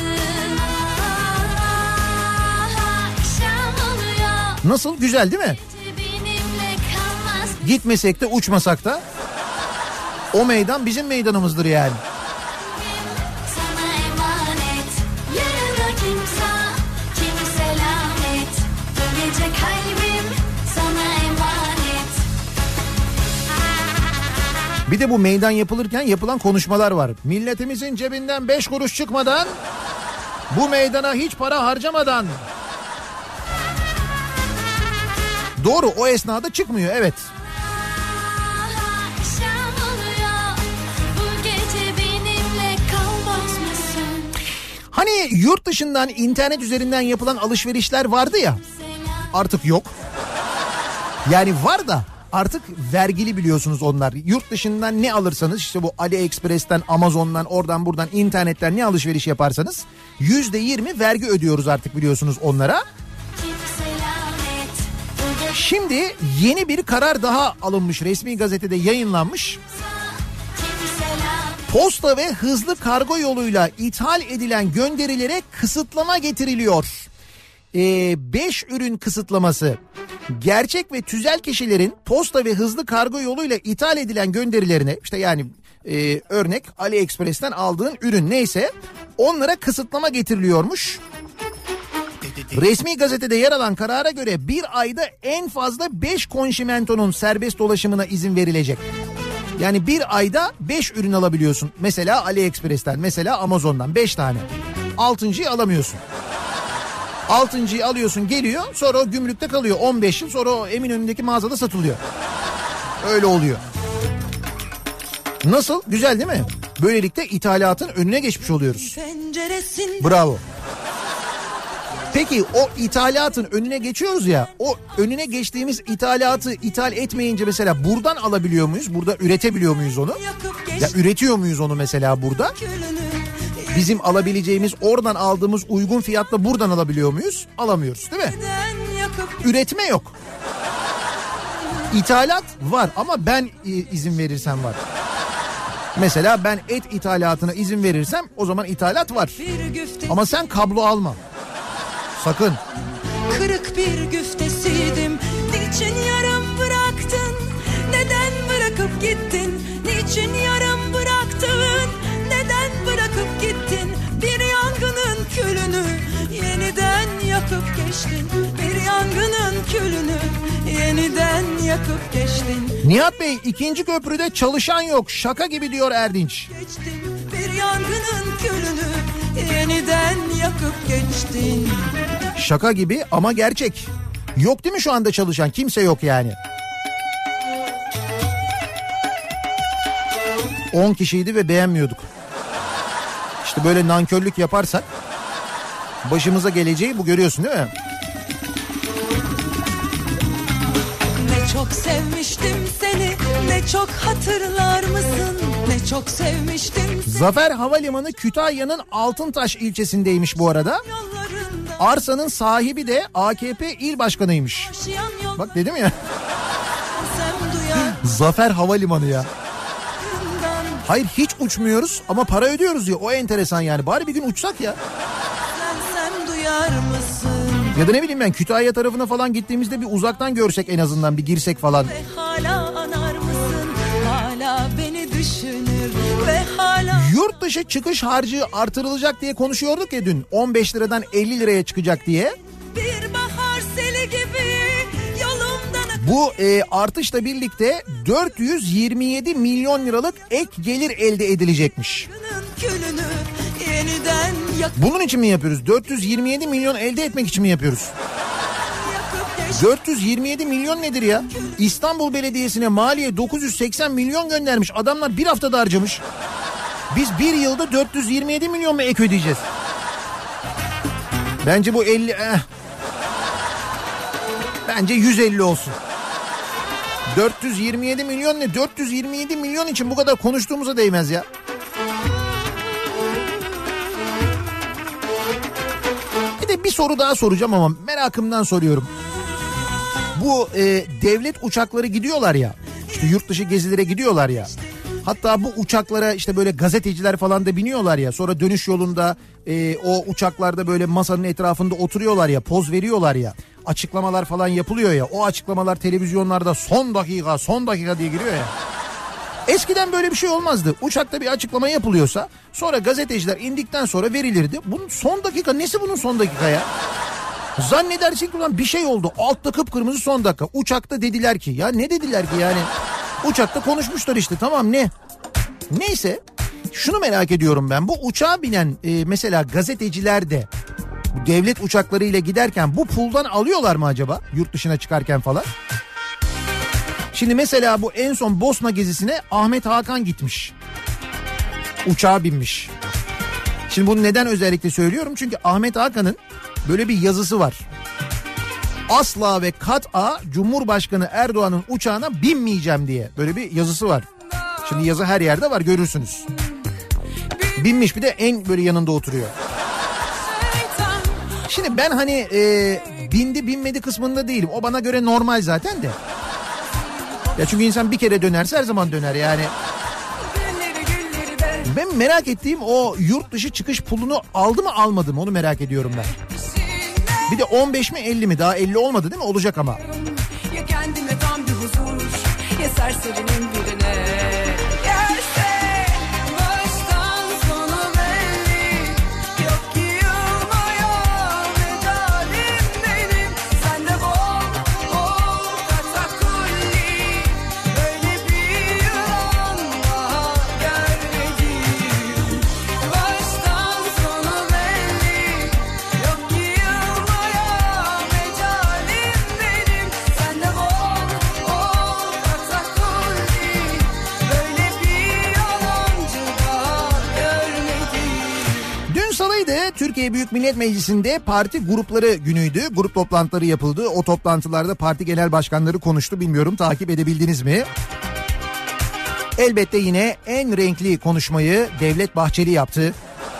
Nasıl, güzel değil mi? Gitmesek de uçmasak da o meydan bizim meydanımızdır yani. Bir de bu meydan yapılırken yapılan konuşmalar var. Milletimizin cebinden beş kuruş çıkmadan, bu meydana hiç para harcamadan. Doğru, o esnada çıkmıyor, evet. Hani yurt dışından internet üzerinden yapılan alışverişler vardı ya, artık yok. Yani var da artık vergili, biliyorsunuz onlar. Yurt dışından ne alırsanız, işte bu AliExpress'ten, Amazon'dan, oradan buradan, internetten ne alışveriş yaparsanız yüzde yirmi vergi ödüyoruz artık, biliyorsunuz onlara. Şimdi yeni bir karar daha alınmış, resmi gazetede yayınlanmış. Posta ve hızlı kargo yoluyla ithal edilen gönderilere kısıtlama getiriliyor. beş ee, ürün kısıtlaması. Gerçek ve tüzel kişilerin posta ve hızlı kargo yoluyla ithal edilen gönderilerine, işte yani Ee, örnek AliExpress'ten aldığın ürün neyse onlara kısıtlama getiriliyormuş. Resmi gazetede yer alan karara göre bir ayda en fazla beş konşimentonun serbest dolaşımına izin verilecek. Yani bir ayda beş ürün alabiliyorsun. Mesela AliExpress'ten, mesela Amazon'dan beş tane. Altıncıyı alamıyorsun. Altıncıyı alıyorsun, geliyor, sonra o gümrükte kalıyor on beş yıl, sonra o Eminönü'ndeki mağazada satılıyor. Öyle oluyor. Nasıl? Güzel değil mi? Böylelikle ithalatın önüne geçmiş oluyoruz. Bravo. Peki o ithalatın önüne geçiyoruz ya, o önüne geçtiğimiz ithalatı ithal etmeyince mesela buradan alabiliyor muyuz? Burada üretebiliyor muyuz onu? Ya üretiyor muyuz onu mesela burada? Bizim alabileceğimiz, oradan aldığımız uygun fiyatla buradan alabiliyor muyuz? Alamıyoruz, değil mi? Üretme yok. İthalat var ama ben izin verirsem var. Mesela ben et ithalatına izin verirsem o zaman ithalat var. Ama sen kablo alma. Sakın. Kırık bir güftesiydim. Niçin yarım bıraktın? Neden bırakıp gittin? Niçin yarım bıraktın? Neden bırakıp gittin? Bir yangının külünü yeniden yakıp geçtin. Bir yangının külünü yeniden yakıp geçtin. Nihat Bey, ikinci köprüde çalışan yok. Şaka gibi diyor Erdinç. Geçtin. Bir yangının külünü yeniden yakıp geçtin. Şaka gibi ama gerçek. Yok değil mi şu anda çalışan? Kimse yok yani. on kişiydi ve beğenmiyorduk. İşte böyle nankörlük yaparsak başımıza geleceği bu, görüyorsun değil mi? Ne çok sevmiştim seni, ne çok hatırlar mısın? Ne çok sevmiştim seni. Zafer Havalimanı Kütahya'nın Altıntaş ilçesindeymiş bu arada. Arsanın sahibi de A K P il başkanıymış. Bak dedim ya. Zafer Havalimanı ya. Hayır, hiç uçmuyoruz ama para ödüyoruz ya, o enteresan yani. Bari bir gün uçsak ya. Sen, sen duyar mısın? Ya da ne bileyim ben, Kütahya tarafına falan gittiğimizde bir uzaktan görsek, en azından bir girsek falan. Ve hala anar mısın? Hala beni düşünür ve hala... Yurt dışı çıkış harcı artırılacak diye konuşuyorduk ya dün. on beş liradan elli liraya çıkacak diye. Bir bahar seli gibi yolumdan... Bu e, artışla birlikte dört yüz yirmi yedi milyon liralık ek gelir elde edilecekmiş. Külünü yeniden yak... Bunun için mi yapıyoruz? dört yüz yirmi yedi milyon elde etmek için mi yapıyoruz? dört yüz yirmi yedi milyon nedir ya? İstanbul Belediyesi'ne maliye dokuz yüz seksen milyon göndermiş. Adamlar bir haftada harcamış. Biz bir yılda dört yüz yirmi yedi milyon mu ek ödeyeceğiz? Bence bu elli... Eh. Bence yüz elli olsun. dört yüz yirmi yedi milyon ne? dört yüz yirmi yedi milyon için bu kadar konuştuğumuza değmez ya. Bir de bir soru daha soracağım ama merakımdan soruyorum. Bu e, devlet uçakları gidiyorlar ya, işte yurt dışı gezilere gidiyorlar ya. Hatta bu uçaklara işte böyle gazeteciler falan da biniyorlar ya. Sonra dönüş yolunda e, o uçaklarda böyle masanın etrafında oturuyorlar ya, poz veriyorlar ya. Açıklamalar falan yapılıyor ya. O açıklamalar televizyonlarda son dakika son dakika diye giriyor ya. Eskiden böyle bir şey olmazdı. Uçakta bir açıklama yapılıyorsa sonra gazeteciler indikten sonra verilirdi. Bunun son dakika nesi, bunun son dakika ya? Zannedersin ki ulan bir şey oldu. Altta kıpkırmızı son dakika. Uçakta dediler ki, ya ne dediler ki yani? Uçakta konuşmuşlar işte, tamam ne? Neyse, şunu merak ediyorum ben. Bu uçağa binen e, mesela gazeteciler de bu devlet uçaklarıyla giderken bu puldan alıyorlar mı acaba? Yurt dışına çıkarken falan. Şimdi mesela bu en son Bosna gezisine Ahmet Hakan gitmiş. Uçağa binmiş. Şimdi bunu neden özellikle söylüyorum? Çünkü Ahmet Hakan'ın böyle bir yazısı var. Asla ve kat'a Cumhurbaşkanı Erdoğan'ın uçağına binmeyeceğim diye böyle bir yazısı var. Şimdi yazı her yerde var, görürsünüz. Binmiş, bir de en böyle yanında oturuyor. Şimdi ben hani e, bindi binmedi kısmında değilim. O bana göre normal zaten de. Ya çünkü insan bir kere dönerse her zaman döner yani. Ben merak ettiğim o yurt dışı çıkış pulunu aldı mı almadı mı, onu merak ediyorum ben. Bir de on beş mi elli mi, daha elli olmadı değil mi? Olacak ama. Ya kendime tam bir huzur, ya serserinin birine. Gerse Türkiye Büyük Millet Meclisi'nde parti grupları günüydü. Grup toplantıları yapıldı. O toplantılarda parti genel başkanları konuştu. Bilmiyorum takip edebildiniz mi? Elbette yine en renkli konuşmayı Devlet Bahçeli yaptı.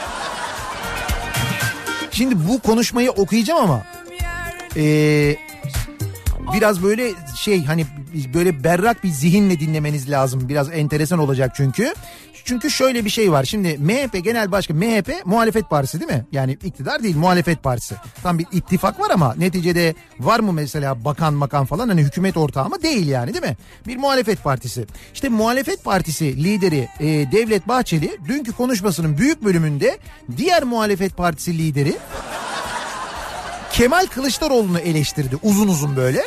Şimdi bu konuşmayı okuyacağım ama ee, biraz böyle şey hani böyle berrak bir zihinle dinlemeniz lazım. Biraz enteresan olacak çünkü. Çünkü şöyle bir şey var. Şimdi M H P Genel Başkanı, M H P muhalefet partisi değil mi? Yani iktidar değil, muhalefet partisi. Tam bir ittifak var ama neticede var mı mesela bakan makan falan, hani hükümet ortağı mı? Değil yani, değil mi? Bir muhalefet partisi. İşte muhalefet partisi lideri e, Devlet Bahçeli dünkü konuşmasının büyük bölümünde diğer muhalefet partisi lideri Kemal Kılıçdaroğlu'nu eleştirdi uzun uzun böyle.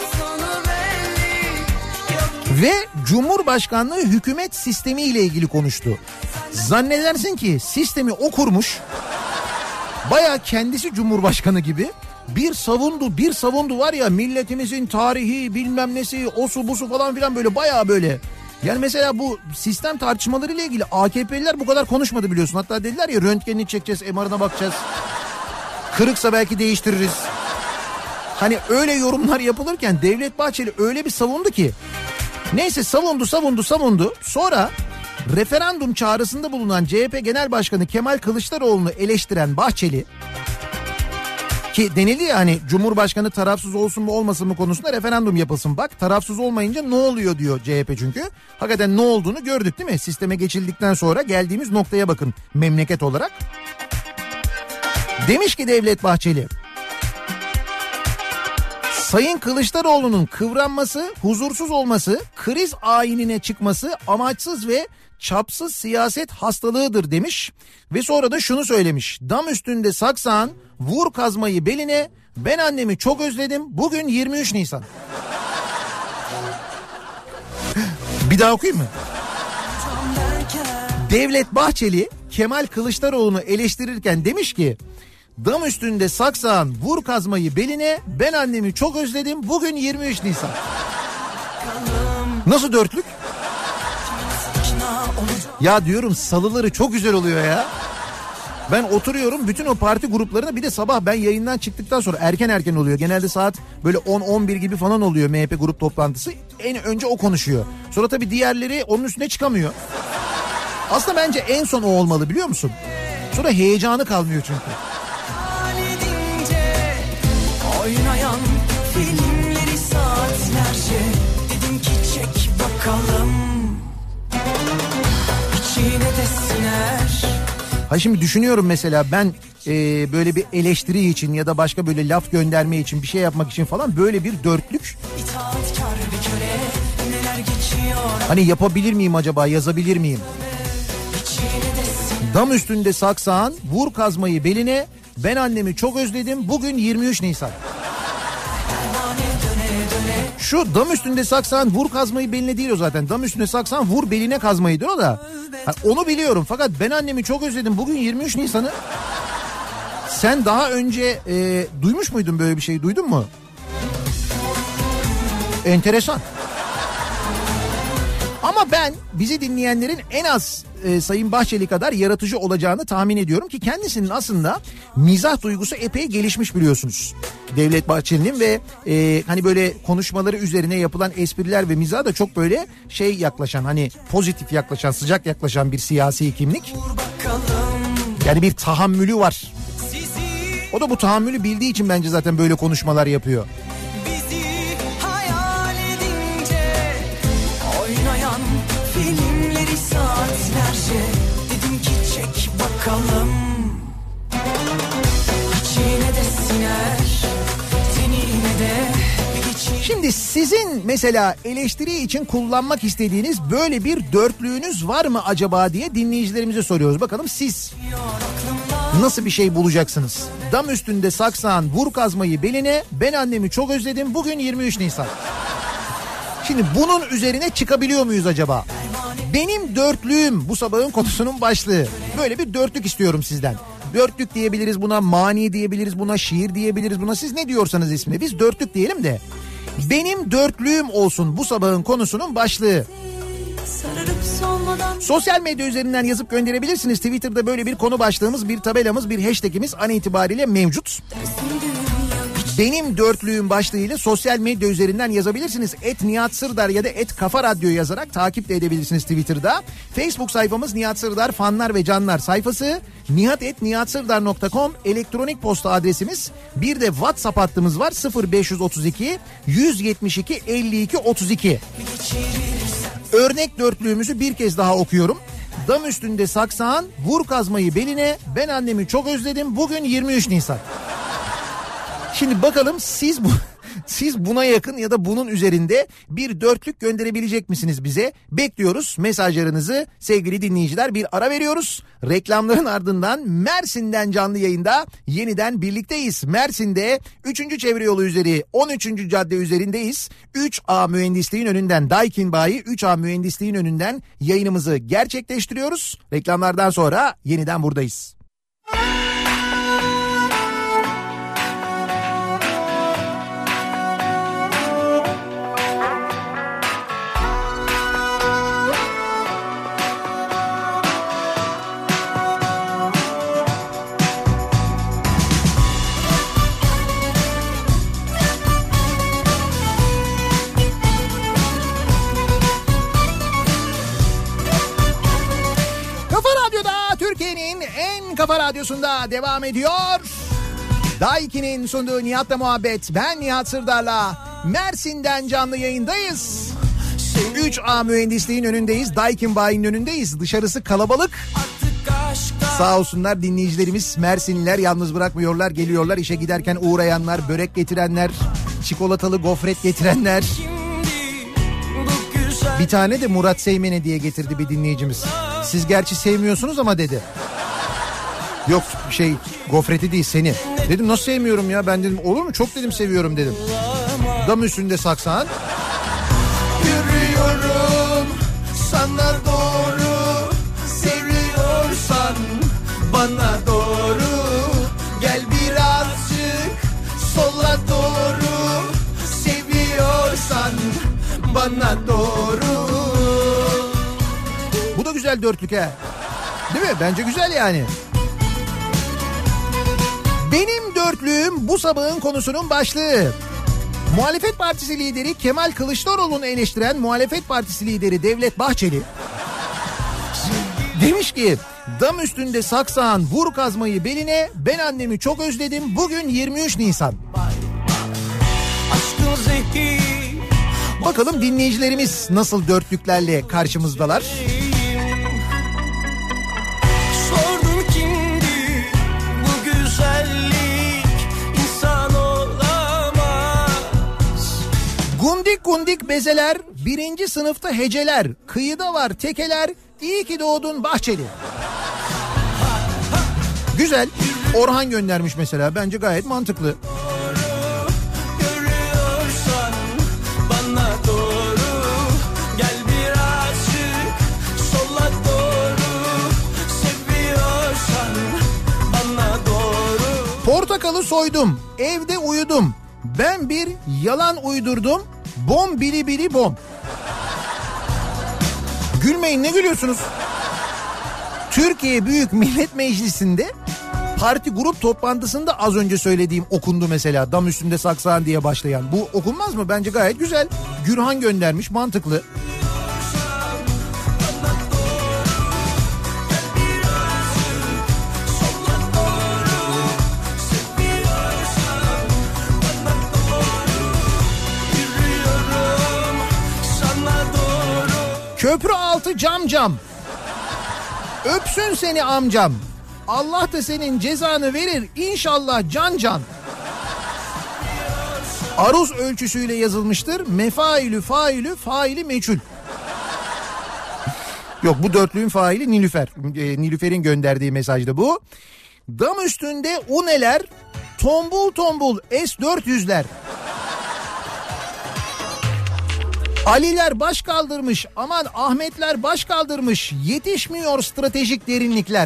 Ve Cumhurbaşkanlığı hükümet sistemi ile ilgili konuştu. Zannedersin ki sistemi o kurmuş. Baya kendisi Cumhurbaşkanı gibi bir savundu, bir savundu var ya, milletimizin tarihi bilmem nesi, osu busu falan filan, böyle baya böyle. Yani mesela bu sistem tartışmaları ile ilgili A K P'liler bu kadar konuşmadı biliyorsun. Hatta dediler ya, röntgenini çekeceğiz, M R'ına bakacağız. Kırıksa belki değiştiririz. Hani öyle yorumlar yapılırken Devlet Bahçeli öyle bir savundu ki. Neyse savundu savundu savundu. Sonra referandum çağrısında bulunan C H P Genel Başkanı Kemal Kılıçdaroğlu'nu eleştiren Bahçeli, ki denildi ya hani Cumhurbaşkanı tarafsız olsun mu olmasın mı konusunda referandum yapılsın. Bak tarafsız olmayınca ne oluyor diyor C H P çünkü. Hakikaten ne olduğunu gördük değil mi? Sisteme geçildikten sonra geldiğimiz noktaya bakın memleket olarak. Demiş ki Devlet Bahçeli, Sayın Kılıçdaroğlu'nun kıvranması, huzursuz olması, kriz ayinine çıkması amaçsız ve çapsız siyaset hastalığıdır demiş. Ve sonra da şunu söylemiş: dam üstünde saksağın, vur kazmayı beline, ben annemi çok özledim, bugün yirmi üç Nisan. Bir daha okuyayım mı? Devlet Bahçeli Kemal Kılıçdaroğlu'nu eleştirirken demiş ki, dam üstünde saksağın, vur kazmayı beline, ben annemi çok özledim, bugün yirmi üç Nisan. Nasıl dörtlük? Ya diyorum salıları çok güzel oluyor ya. Ben oturuyorum bütün o parti gruplarına, bir de sabah ben yayından çıktıktan sonra erken erken oluyor. Genelde saat böyle on on bir gibi falan oluyor M H P grup toplantısı. En önce o konuşuyor. Sonra tabii diğerleri onun üstüne çıkamıyor. Aslında bence en son o olmalı, biliyor musun? Sonra heyecanı kalmıyor çünkü. Oynayan filmleri saatlerce, dedim ki çek bakalım içine de siner. Ha şimdi düşünüyorum mesela ben e, böyle bir eleştiri için ya da başka böyle laf gönderme için, bir şey yapmak için falan böyle bir dörtlük. İtaatkar bir köle, neler geçiyor. Hani yapabilir miyim acaba, yazabilir miyim? Dam üstünde saksağın, vur kazmayı beline, ben annemi çok özledim, bugün yirmi üç Nisan. Şu dam üstünde saksağın, vur kazmayı beline değil o zaten. Dam üstünde saksağın, vur beline kazmayıdır o da. Ha, onu biliyorum fakat ben annemi çok özledim, bugün yirmi üç Nisan'ı. Sen daha önce e, duymuş muydun böyle bir şey, duydun mu? Enteresan. Ama ben bizi dinleyenlerin en az e, Sayın Bahçeli kadar yaratıcı olacağını tahmin ediyorum ki kendisinin aslında mizah duygusu epey gelişmiş biliyorsunuz. Devlet Bahçeli'nin ve e, hani böyle konuşmaları üzerine yapılan espriler ve mizah da çok böyle şey yaklaşan, hani pozitif yaklaşan, sıcak yaklaşan bir siyasi kimlik. Yani bir tahammülü var. O da bu tahammülü bildiği için bence zaten böyle konuşmalar yapıyor. Filmleri saatlerce, dedim ki çek bakalım içine de siner, tenine de geçir. Şimdi sizin mesela eleştiri için kullanmak istediğiniz böyle bir dörtlüğünüz var mı acaba diye dinleyicilerimize soruyoruz. Bakalım siz nasıl bir şey bulacaksınız? Dam üstünde saksağın, vur kazmayı beline, ben annemi çok özledim, bugün yirmi üç Nisan. Şimdi bunun üzerine çıkabiliyor muyuz acaba? Benim dörtlüğüm bu sabahın konusunun başlığı. Böyle bir dörtlük istiyorum sizden. Dörtlük diyebiliriz buna, mani diyebiliriz buna, şiir diyebiliriz buna. Siz ne diyorsanız ismini, biz dörtlük diyelim de. Benim dörtlüğüm olsun bu sabahın konusunun başlığı. sararıp solmadan. Sosyal medya üzerinden yazıp gönderebilirsiniz. Twitter'da böyle bir konu başlığımız, bir tabelamız, bir hashtagimiz an itibariyle mevcut. Benim dörtlüğüm başlığıyla sosyal medya üzerinden yazabilirsiniz. Et Nihat Sırdar ya da et Kafa Radyo yazarak takip de edebilirsiniz Twitter'da. Facebook sayfamız Nihat Sırdar fanlar ve canlar sayfası. nihat et nihatsırdar nokta com elektronik posta adresimiz. Bir de WhatsApp hattımız var sıfır beş otuz iki yüz yetmiş iki elli iki otuz iki. Örnek dörtlüğümüzü bir kez daha okuyorum. Dam üstünde saksağın, vur kazmayı beline, ben annemi çok özledim, bugün yirmi üç Nisan. Şimdi bakalım siz bu siz buna yakın ya da bunun üzerinde bir dörtlük gönderebilecek misiniz bize? Bekliyoruz mesajlarınızı sevgili dinleyiciler. Bir ara veriyoruz. Reklamların ardından Mersin'den canlı yayında yeniden birlikteyiz. Mersin'de üçüncü çevre yolu üzeri on üçüncü cadde üzerindeyiz. üç A mühendisliğin önünden Daikin Bayi üç A mühendisliğin önünden yayınımızı gerçekleştiriyoruz. Reklamlardan sonra yeniden buradayız. Kafa Radyosu'nda devam ediyor. Daiki'nin sunduğu Nihat'la muhabbet. Ben Nihat Sırdar'la Mersin'den canlı yayındayız. üç A mühendisliğin önündeyiz. Daikin Bayi'nin önündeyiz. Dışarısı kalabalık. Sağ olsunlar dinleyicilerimiz Mersinliler yalnız bırakmıyorlar. Geliyorlar işe giderken uğrayanlar, börek getirenler, çikolatalı gofret getirenler. Bir tane de Murat Seymen'e diye getirdi bir dinleyicimiz. Siz gerçi sevmiyorsunuz ama dedi. Yok şey gofreti değil seni. Dedim nasıl sevmiyorum ya, ben dedim olur mu, çok dedim seviyorum dedim. Dam üstünde saksağın. Yürüyorum sana doğru, seviyorsan bana doğru. Gel birazcık sola doğru, seviyorsan bana doğru. Bu da güzel dörtlük he. Değil mi? Bence güzel yani. Benim dörtlüğüm bu sabahın konusunun başlığı. Muhalefet Partisi lideri Kemal Kılıçdaroğlu'nu eleştiren Muhalefet Partisi lideri Devlet Bahçeli demiş ki dam üstünde saksağın, vur kazmayı beline, ben annemi çok özledim, bugün yirmi üç Nisan. Bakalım dinleyicilerimiz nasıl dörtlüklerle karşımızdalar. Gundik gundik bezeler, birinci sınıfta heceler, kıyıda var tekeler, iyi ki doğdun Bahçeli. Güzel. Orhan göndermiş mesela, bence gayet mantıklı. Portakalı soydum, evde uyudum. Ben bir yalan uydurdum. Bom bili bili bom. Gülmeyin, ne gülüyorsunuz? Türkiye Büyük Millet Meclisi'nde parti grup toplantısında az önce söylediğim okundu mesela. Dam üstünde saksağın diye başlayan. Bu okunmaz mı? Bence gayet güzel. Gürhan göndermiş, mantıklı. Köprü altı cam cam. Öpsün seni amcam. Allah da senin cezanı verir inşallah can can. Aruz ölçüsüyle yazılmıştır. Mefailü failü faili meçhul. Yok, bu dörtlüğün faili Nilüfer. E, Nilüfer'in gönderdiği mesajda bu. Dam üstünde uneler, tombul tombul S dört yüzler. Aliler baş kaldırmış, aman Ahmetler baş kaldırmış, yetişmiyor stratejik derinlikler.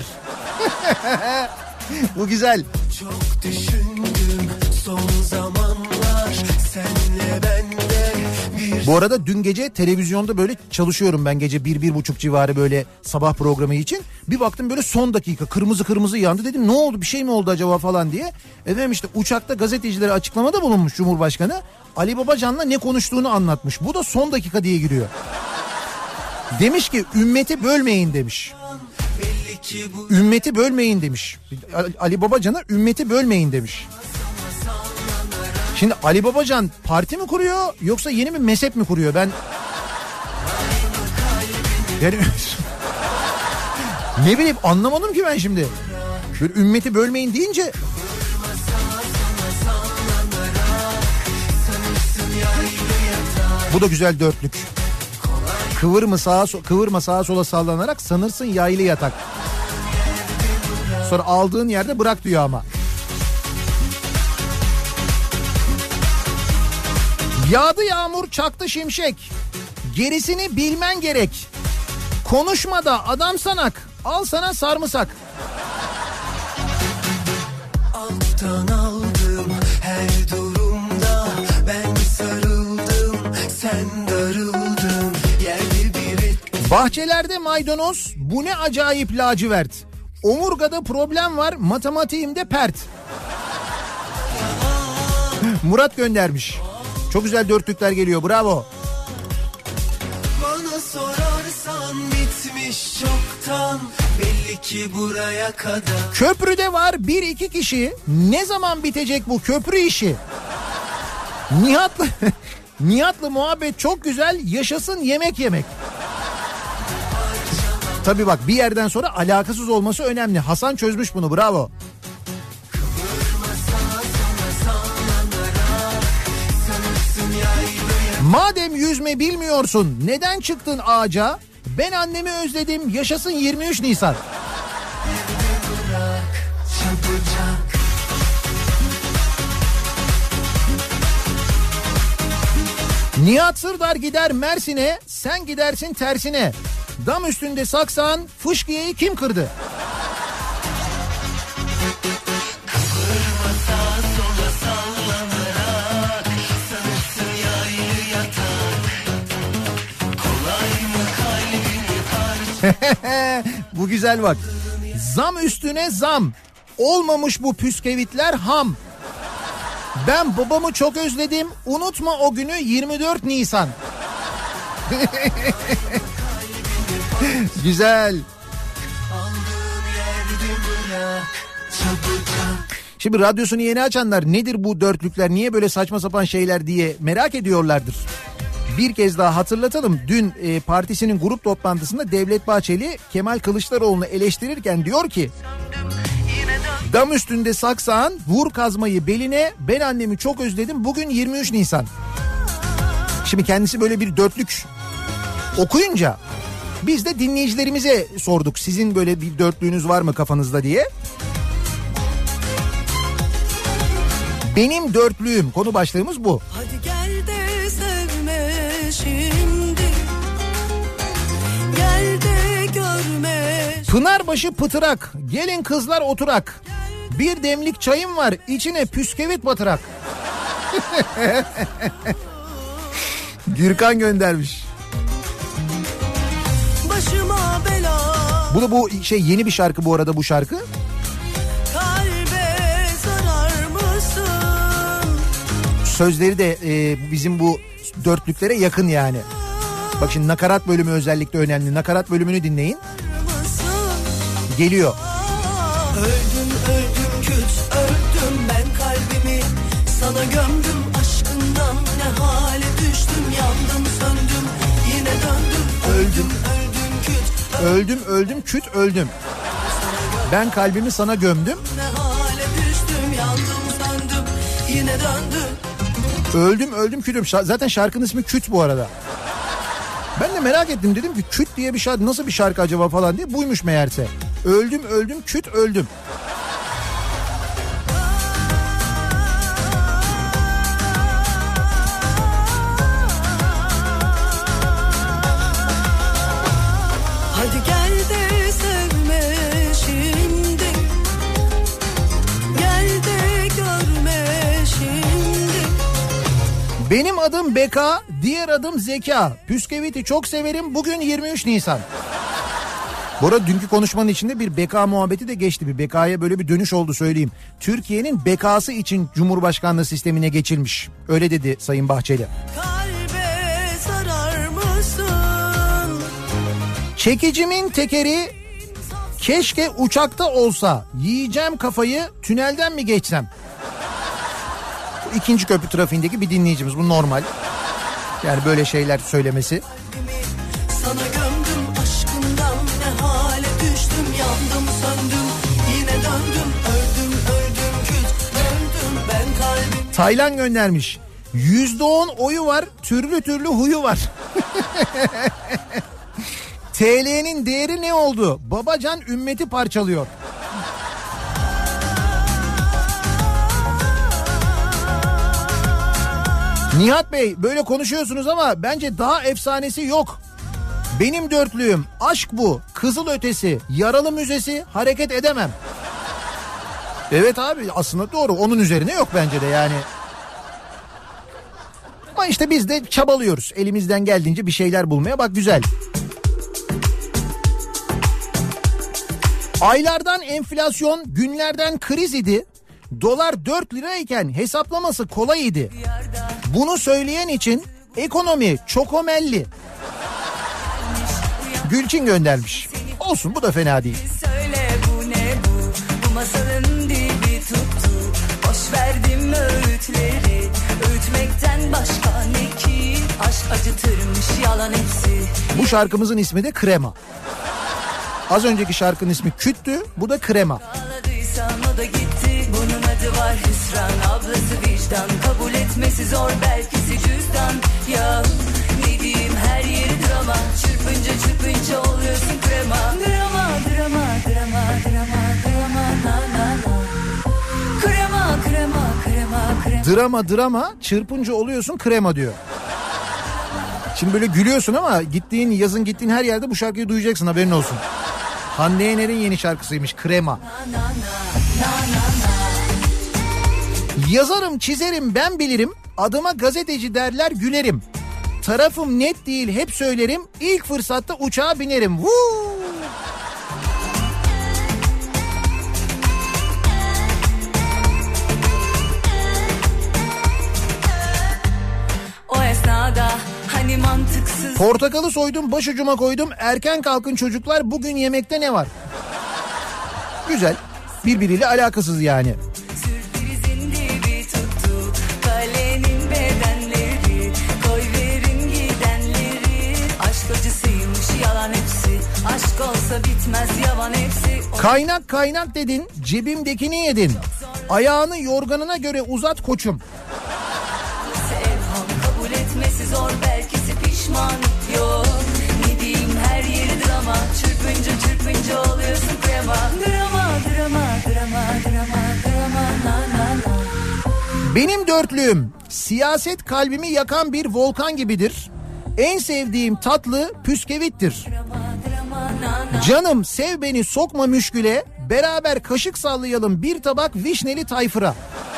Bu güzel. Çok düşündüm son zamanlar, senle bende bir Bu arada dün gece televizyonda böyle çalışıyorum ben, gece bir, bir buçuk civarı böyle sabah programı için. Bir baktım böyle son dakika kırmızı kırmızı yandı, dedim ne oldu, bir şey mi oldu acaba falan diye. Efendim işte uçakta gazetecilere açıklamada bulunmuş Cumhurbaşkanı. Ali Babacan'la ne konuştuğunu anlatmış. Bu da son dakika diye giriyor. Demiş ki ümmeti bölmeyin demiş. Ümmeti bölmeyin demiş. Ali Babacan'a ümmeti bölmeyin demiş. Şimdi Ali Babacan parti mi kuruyor yoksa yeni bir mezhep mi kuruyor? Ben yani ne bileyim, anlamadım ki ben şimdi. Böyle ümmeti bölmeyin deyince bu da güzel dörtlük. Kıvırma sağa, kıvırma sağa sola sallanarak sanırsın yaylı yatak. Sonra aldığın yerde bırak diyor ama. Yağdı yağmur, çaktı şimşek. Gerisini bilmen gerek. Konuşma da adam sanak. Al sana sarımsak. Alttan aldım her durumda. Ben sarıldım, sen darıldın. Yerde bir et. Bahçelerde maydanoz, bu ne acayip lacivert. Omurgada problem var, matematiğimde pert. Murat göndermiş. Çok güzel dörtlükler geliyor, bravo. Bana sorarsan bitmiş çoktan. Belli ki buraya kadar. Köprüde var bir iki kişi. Ne zaman bitecek bu köprü işi? Nihat'la Nihat'la muhabbet çok güzel. Yaşasın yemek yemek. Tabii bak, bir yerden sonra alakasız olması önemli. Hasan çözmüş bunu, bravo. Madem yüzme bilmiyorsun, neden çıktın ağaca? Ben annemi özledim, yaşasın yirmi üç Nisan. Nihat Sırdar gider Mersin'e, sen gidersin tersine. Dam üstünde saksan, fışkiyeyi kim kırdı? Bu güzel bak. Zam üstüne zam. Olmamış bu püskevitler ham. Ben babamı çok özledim. Unutma o günü yirmi dört Nisan. Güzel. Şimdi radyosunu yeni açanlar nedir bu dörtlükler, niye böyle saçma sapan şeyler diye merak ediyorlardır. Bir kez daha hatırlatalım. Dün e, partisinin grup toplantısında Devlet Bahçeli Kemal Kılıçdaroğlu'nu eleştirirken diyor ki: dam üstünde saksağın, vur kazmayı beline, ben annemi çok özledim, bugün yirmi üç Nisan. Şimdi kendisi böyle bir dörtlük okuyunca biz de dinleyicilerimize sorduk, sizin böyle bir dörtlüğünüz var mı kafanızda diye. Benim dörtlüğüm, konu başlığımız bu. Hadi gel de sevme şimdi, gel de görme. Pınarbaşı pıtırak, gelin kızlar oturak. Bir demlik çayım var, içine püskevit batırak. Gürkan göndermiş. Başıma bela. Bu da bu şey, yeni bir şarkı bu arada bu şarkı. Kalbe zarar mısın? Sözleri de e, bizim bu dörtlüklere yakın yani. Bak şimdi nakarat bölümü özellikle önemli. Nakarat bölümünü dinleyin. Geliyor. Öldüm öldüm küt öldüm, ben kalbimi sana gömdüm. Aşkından ne hale düştüm, yandım söndüm, yine döndüm. Öldüm öldüm küt Öldüm öldüm küt öldüm. Ben kalbimi sana gömdüm. ne hale düştüm, yandım söndüm, yine döndüm. Öldüm öldüm kütüm. Zaten şarkının ismi Küt bu arada. Ben de merak ettim, dedim ki Küt diye bir şarkı, nasıl bir şarkı acaba falan diye, buymuş meğerse. Öldüm öldüm küt öldüm. Hadi gel de sevme şimdi, gel de görme şimdi. Benim adım beka, diğer adım zeka. Püskevit'i çok severim. Bugün yirmi üç Nisan. Bu arada dünkü konuşmanın içinde bir beka muhabbeti de geçti. Bir bekaya böyle bir dönüş oldu söyleyeyim. Türkiye'nin bekası için Cumhurbaşkanlığı sistemine geçilmiş. Öyle dedi Sayın Bahçeli. Kalbe sarar mısın? Çekicimin tekeri keşke uçakta olsa. Yiyeceğim kafayı, tünelden mi geçsem? Bu ikinci köprü trafiğindeki bir dinleyicimiz. Bu normal. Yani böyle şeyler söylemesi. Sana gömdüm aşkından, ne hale düştüm, yandım söndüm, yine döndüm, öldüm öldüm küt öldüm ben kalbim. Taylan göndermiş. Yüzde on oyu var, türlü türlü huyu var. T L'nin değeri ne oldu? Babacan ümmeti parçalıyor. Nihat Bey, böyle konuşuyorsunuz ama bence daha efsanesi yok. Benim dörtlüğüm aşk bu, kızıl ötesi, yaralı müzesi, hareket edemem. Evet abi, aslında doğru, onun üzerine yok bence de yani. Ama işte biz de çabalıyoruz elimizden geldiğince bir şeyler bulmaya, bak güzel. Aylardan enflasyon, günlerden kriz idi. Dolar dört lirayken hesaplaması kolay idi. Bunu söyleyen için ekonomi çokomelli. Gülçin göndermiş. Olsun, bu da fena değil. Söyle bu ne bu? Bu masalın dibi tuttu. Boş verdim öğütleri. Öğütmekten başka ne ki? Aşk acıtırmış yalan hepsi. Bu şarkımızın ismi de Krema. Az önceki şarkının ismi Küttü, bu da Krema. Ağladıysam o da gitti. Bunun adı var hüsran, ablası vicdan. Kabul etmesi zor, belkisi cüzdan. Ya ne diyeyim, her yeri drama. Çırpınca çırpınca oluyorsun krema. Drama drama drama drama drama na na na. Krema krema krema krema. Drama drama, çırpınca oluyorsun krema diyor. Şimdi böyle gülüyorsun ama gittiğin, yazın gittiğin her yerde bu şarkıyı duyacaksın, haberin olsun. Hande Yener'in yeni şarkısıymış Krema. Yazarım çizerim ben bilirim, adıma gazeteci derler gülerim. Tarafım net değil hep söylerim, ilk fırsatta uçağa binerim. Woo! O esnada hani mantıksız. Portakalı soydum, başucuma koydum, erken kalkın çocuklar, bugün yemekte ne var? Güzel, birbiriyle alakasız yani. Sürprizin dibi tuttu, kalenin bedenleri, koy verin gidenleri. Aşk acısıymış yalan hepsi, aşk olsa bitmez yavan hepsi. O Kaynak kaynak dedin, cebimdekini yedin. Ayağını yorganına göre uzat koçum. sevham kabul etmesi zor, belkisi pişman yok. Ne diyeyim, her yeri drama, çırpınca çırpınca oluyorsun krema. Drama drama drama drama drama na na na. Benim dörtlüğüm siyaset kalbimi yakan bir volkan gibidir. En sevdiğim tatlı püskevittir. Canım sev beni sokma müşküle, beraber kaşık sallayalım bir tabak vişneli tayfıra.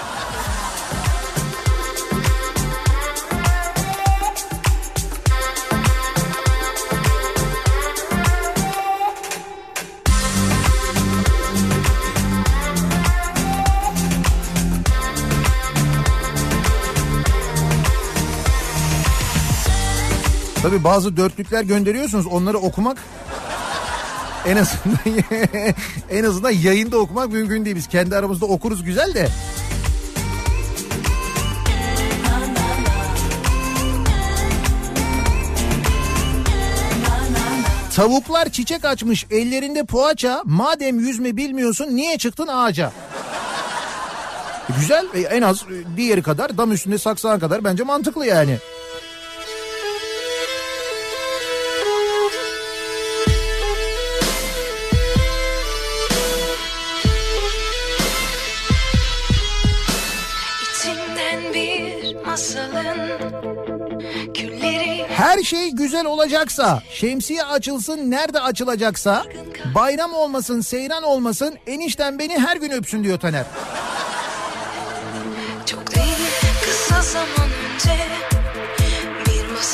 Tabii bazı dörtlükler gönderiyorsunuz, onları okumak en azından en azından yayında okumak mümkün değil. Biz kendi aramızda okuruz güzel de. Tavuklar çiçek açmış, ellerinde poğaça, madem yüzme bilmiyorsun niye çıktın ağaca? Güzel, en az diğeri kadar, dam üstünde saksağın kadar bence mantıklı yani. Her şey güzel olacaksa, şemsiye açılsın nerede açılacaksa, bayram olmasın, seyran olmasın, enişten beni her gün öpsün diyor Taner. Çok değil kısa zaman önce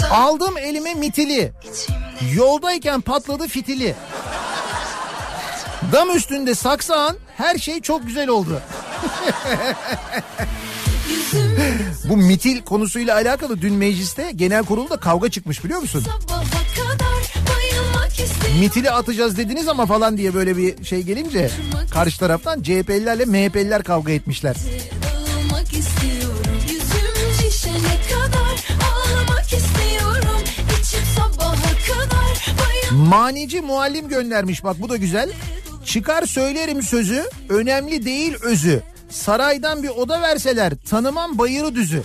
Aldım elime mitili. Yoldayken patladı fitili. Dam üstünde saksağın, her şey çok güzel oldu. Bu mitil konusuyla alakalı dün mecliste genel kurulda kavga çıkmış, biliyor musun? Mitili atacağız dediniz ama falan diye böyle bir şey gelince karşı taraftan C H P'lilerle M H P'liler kavga etmişler. Manici muallim göndermiş, bak bu da güzel. Çıkar söylerim sözü, önemli değil özü. Saraydan bir oda verseler tanımam bayırı düzü.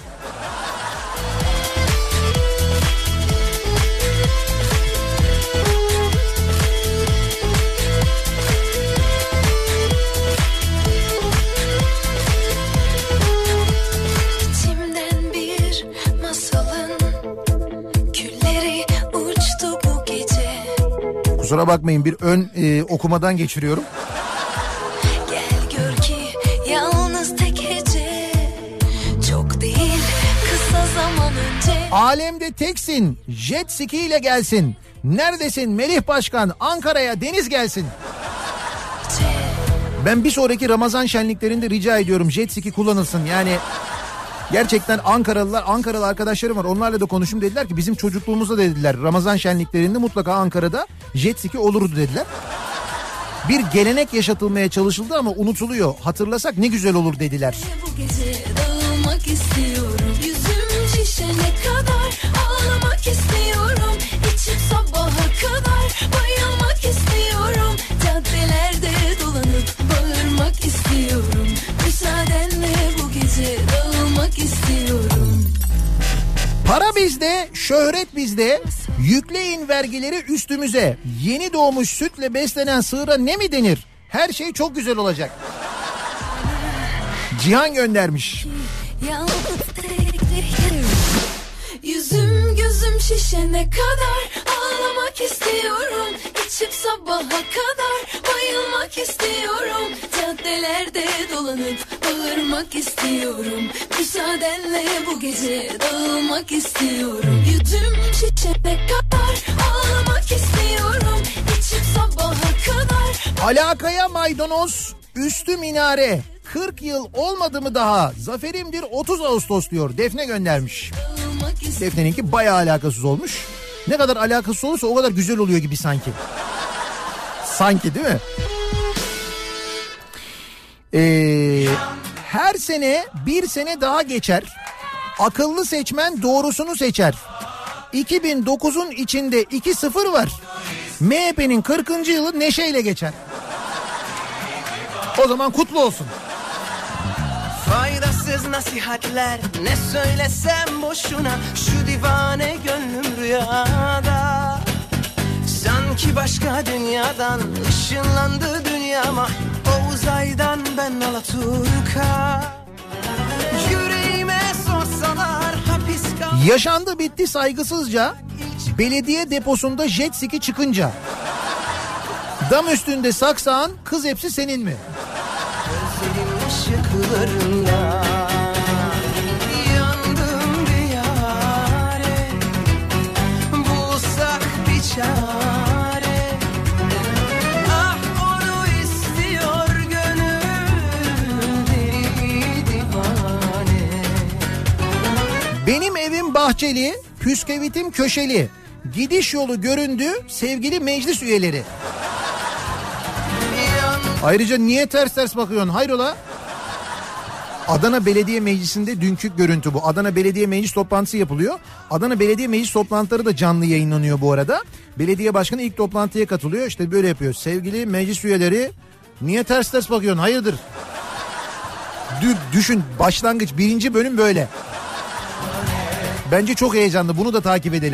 İçimden bir masalın külleri uçtu bu gece. Kusura bakmayın, bir ön e, okumadan geçiriyorum. Gel gör ki yalnız tek hece, çok değil kısa zaman önce. Alemde teksin, jet ski ile gelsin. Neredesin Melih Başkan, Ankara'ya deniz gelsin. Ben bir sonraki Ramazan şenliklerinde rica ediyorum jet ski kullanılsın. Yani gerçekten Ankaralılar, Ankaralı arkadaşlarım var, onlarla da konuştum, dediler ki bizim çocukluğumuzda dediler Ramazan şenliklerinde mutlaka Ankara'da jet ski olurdu dediler. Bir gelenek yaşatılmaya çalışıldı ama unutuluyor. Hatırlasak ne güzel olur dediler. Bu gece dağılmak istiyorum, yüzüm şişene kadar ağlamak istiyorum, içim sabaha kadar bayılmak istiyorum, caddelerde dolanıp bağırmak istiyorum, müsaadenle bu gece dağılmak istiyorum. Para bizde, şöhret bizde. Yükleyin vergileri üstümüze. Yeni doğmuş sütle beslenen sığıra ne mi denir? Her şey çok güzel olacak. Cihan göndermiş. Yüzüm gözüm şişene kadar ağlamak istiyorum, içip sabaha kadar bayılmak istiyorum, caddelerde dolanıp bağırmak istiyorum, müsaadenle bu gece dağılmak istiyorum. Yüzüm şişene kadar ağlamak istiyorum, içip sabaha kadar. Alakaya maydanoz, üstü minare. kırk yıl olmadı mı daha? Zaferimdir otuz Ağustos diyor. Defne göndermiş. Defne'ninki bayağı alakasız olmuş. Ne kadar alakasız olursa o kadar güzel oluyor gibi sanki. Sanki değil mi? Ee, her sene bir sene daha geçer. Akıllı seçmen doğrusunu seçer. iki bin dokuzun içinde iki sıfır var. M H P'nin kırkıncı yılı neşeyle geçer. O zaman kutlu olsun. Faydasız nasihatler, ne söylesem boşuna, şu divane gönlüm rüyada. Sanki başka dünyadan ışınlandı dünyama, o uzaydan ben Alaturka. Yüreğime sorsalar hapis kal. Yaşandı bitti saygısızca, belediye deposunda jet ski çıkınca. Dam üstünde saksağın, kız hepsi senin mi? Gözlerim ışıklarında yandım diyare, bulsak bir çare. Ah onu istiyor gönül deli divane. Benim evim bahçeli, püskevitim köşeli. Gidiş yolu göründü sevgili meclis üyeleri. Ayrıca niye ters ters bakıyorsun? Hayrola? Adana Belediye Meclisi'nde dünkü görüntü bu. Adana Belediye Meclis toplantısı yapılıyor. Adana Belediye Meclis toplantıları da canlı yayınlanıyor bu arada. Belediye başkanı ilk toplantıya katılıyor. İşte böyle yapıyor. Sevgili meclis üyeleri, niye ters ters bakıyorsun? Hayırdır? D- düşün, başlangıç birinci bölüm böyle. Bence çok heyecanlı. Bunu da takip edelim.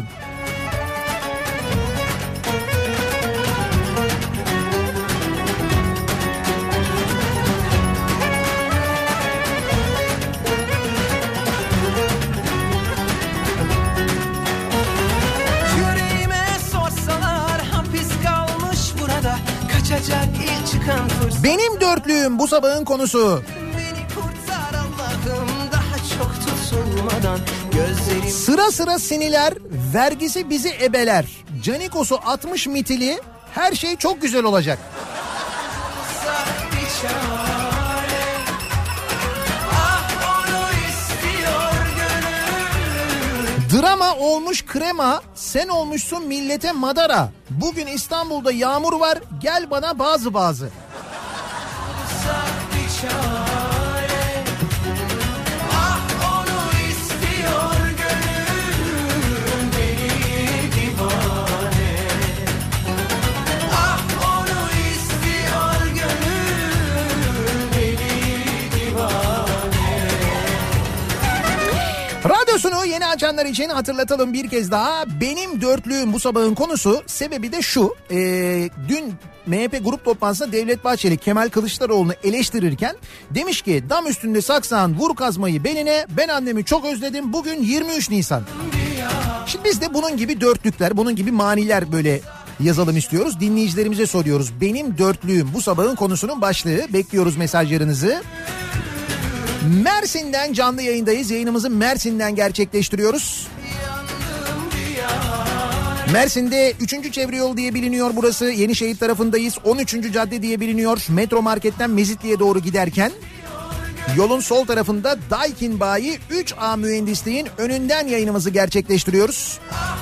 Benim dörtlüğüm bu sabahın konusu. Beni kurtar Allah'ım, daha çok tutulmadan. Gözlerim Sıra sıra siniler, vergisi bizi ebeler. Canikos'u atmış mitili, her şey çok güzel olacak. bir çare. Ah onu istiyor gönül. Drama olmuş krema, sen olmuşsun millete madara. Bugün İstanbul'da yağmur var, gel bana bazı bazı. Bir çare. Ah onu istiyor gönül. Beni divane. Ah onu istiyor gönül. Beni divane. Radyosunu yeni açanlar için hatırlatalım bir kez daha. Benim dörtlüğüm bu sabahın konusu, sebebi de şu. Ee, dün M H P grup toplantısında Devlet Bahçeli Kemal Kılıçdaroğlu'nu eleştirirken demiş ki dam üstünde saksağın vur kazmayı beline, ben annemi çok özledim, bugün yirmi üç Nisan. Şimdi biz de bunun gibi dörtlükler, bunun gibi maniler böyle yazalım istiyoruz. Dinleyicilerimize soruyoruz. Benim dörtlüğüm bu sabahın konusunun başlığı. Bekliyoruz mesajlarınızı. Mersin'den canlı yayındayız. Yayınımızı Mersin'den gerçekleştiriyoruz. Mersin'de üçüncü çevre yol diye biliniyor burası. Yenişehir tarafındayız. on üçüncü cadde diye biliniyor. Metro Market'ten Mezitli'ye doğru giderken yolun sol tarafında Daikin Bayi üç A Mühendisliğin önünden yayınımızı gerçekleştiriyoruz.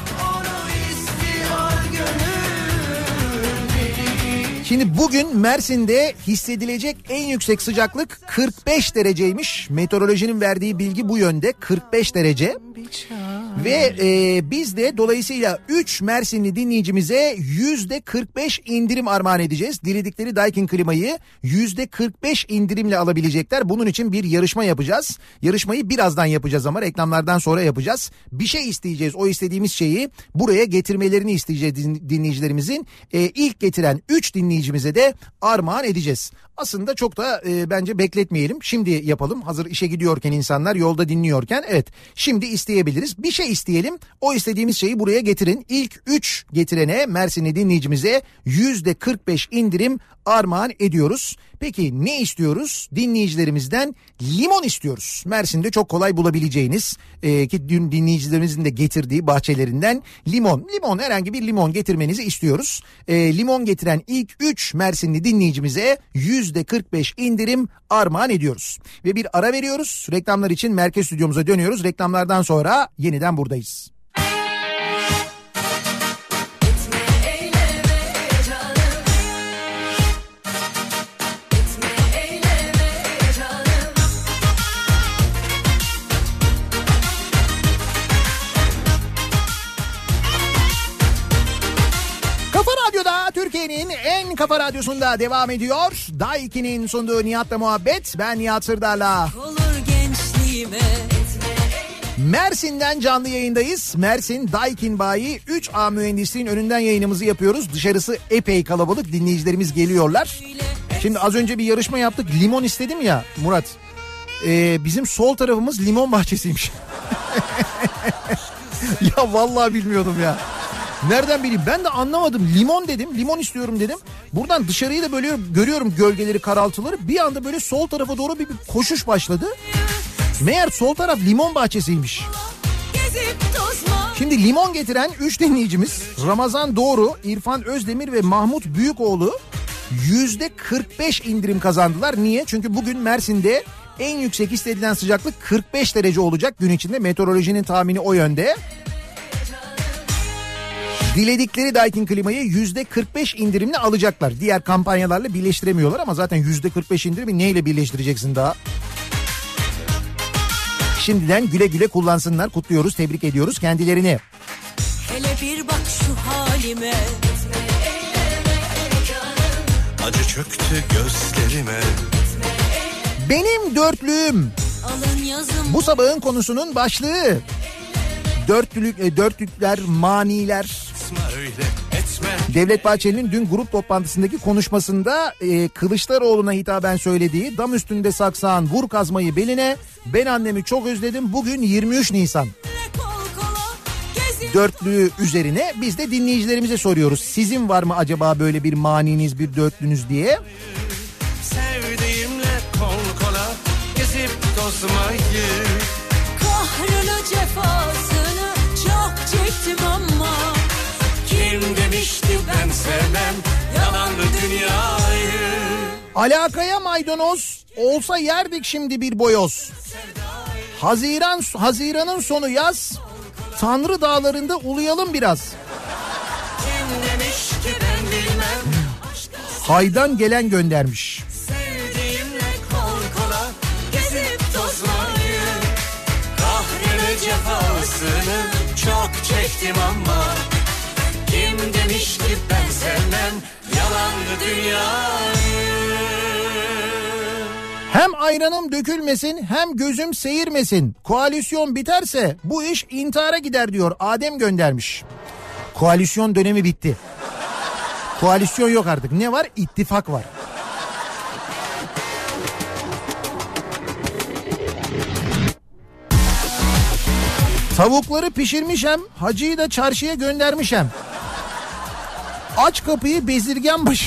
Şimdi bugün Mersin'de hissedilecek en yüksek sıcaklık kırk beş dereceymiş. Meteorolojinin verdiği bilgi bu yönde, kırk beş derece. Ve e, biz de dolayısıyla üç Mersinli dinleyicimize yüzde kırk beş indirim armağan edeceğiz. Diledikleri Daikin klimayı yüzde kırk beş indirimle alabilecekler. Bunun için bir yarışma yapacağız. Yarışmayı birazdan yapacağız ama reklamlardan sonra yapacağız. Bir şey isteyeceğiz. O istediğimiz şeyi buraya getirmelerini isteyeceğiz dinleyicilerimizin. E, ilk getiren üç dinleyicimize de armağan edeceğiz. Aslında çok da e, bence bekletmeyelim. Şimdi yapalım. Hazır işe gidiyorken insanlar, yolda dinliyorken, evet şimdi isteyebiliriz. Bir şey isteyelim. O istediğimiz şeyi buraya getirin. İlk üç getirene, Mersinli dinleyicimize yüzde kırk beş indirim armağan ediyoruz. Peki ne istiyoruz? Dinleyicilerimizden limon istiyoruz. Mersin'de çok kolay bulabileceğiniz e, ki dün dinleyicilerimizin de getirdiği bahçelerinden limon. Limon, herhangi bir limon getirmenizi istiyoruz. E, limon getiren ilk üç Mersinli dinleyicimize yüzde kırk beş indirim armağan ediyoruz. Ve bir ara veriyoruz. Reklamlar için merkez stüdyomuza dönüyoruz. Reklamlardan sonra yeniden buradayız. Türkiye'nin en kafa radyosunda devam ediyor. Daiki'nin sunduğu Nihat'la muhabbet. Ben Nihat Sırdar'la. Mersin'den canlı yayındayız. Mersin Daikin Bayi üç A Mühendisliğin önünden yayınımızı yapıyoruz. Dışarısı epey kalabalık, dinleyicilerimiz geliyorlar. Şimdi az önce bir yarışma yaptık. Limon istedim ya Murat. Ee, bizim sol tarafımız limon bahçesiymiş. Ya vallahi bilmiyordum ya. Nereden bileyim, ben de anlamadım. Limon dedim, limon istiyorum dedim. Buradan dışarıyı da böyle görüyorum, gölgeleri, karaltıları. Bir anda böyle sol tarafa doğru bir, bir koşuş başladı. Meğer sol taraf limon bahçesiymiş. Şimdi limon getiren üç dinleyicimiz Ramazan Doğru, İrfan Özdemir ve Mahmut Büyükoğlu yüzde kırk beş indirim kazandılar. Niye? Çünkü bugün Mersin'de en yüksek hissedilen sıcaklık kırk beş derece olacak gün içinde. Meteorolojinin tahmini o yönde. Diledikleri Daikin klimayı yüzde kırk beş indirimle alacaklar. Diğer kampanyalarla birleştiremiyorlar ama zaten yüzde kırk beş indirimi neyle birleştireceksin daha? Şimdiden güle güle kullansınlar. Kutluyoruz, tebrik ediyoruz kendilerini. Hele bir bak şu halime. Acı çöktü gözlerime. Benim dörtlüğüm. Bu sabahın konusunun başlığı. Dörtlülük, dörtlükler, maniler. Devlet Bahçeli'nin dün grup toplantısındaki konuşmasında e, Kılıçdaroğlu'na hitaben söylediği dam üstünde saksağın vur kazmayı beline, ben annemi çok özledim, bugün yirmi üç Nisan. Dörtlüğü üzerine biz de dinleyicilerimize soruyoruz. Sizin var mı acaba böyle bir maniniz, bir dörtlünüz diye? Sevdiğimle kol kola gezip tozmayı. Kahrını cefasını çok çektim ama kim demişti ben sevmem yalandı dünyayı. Alakaya maydanoz olsa yerdik şimdi bir boyoz. Haziran Haziran'ın sonu yaz. Tanrı dağlarında uluyalım biraz. Kim demiş ki ben bilmem. Haydan gelen göndermiş. Sevdiğimle kol kola gezip tozmayı. Kahrını cefasını çok çektim ama kim demiş ki ben sevmem yalandı dünyayı. Hem ayranım dökülmesin hem gözüm seyirmesin. Koalisyon biterse bu iş intihara gider diyor. Adem göndermiş. Koalisyon dönemi bitti. Koalisyon yok artık. Ne var? İttifak var. Tavukları pişirmişem, hacıyı da çarşıya göndermişem. Aç kapıyı bezirgen başı.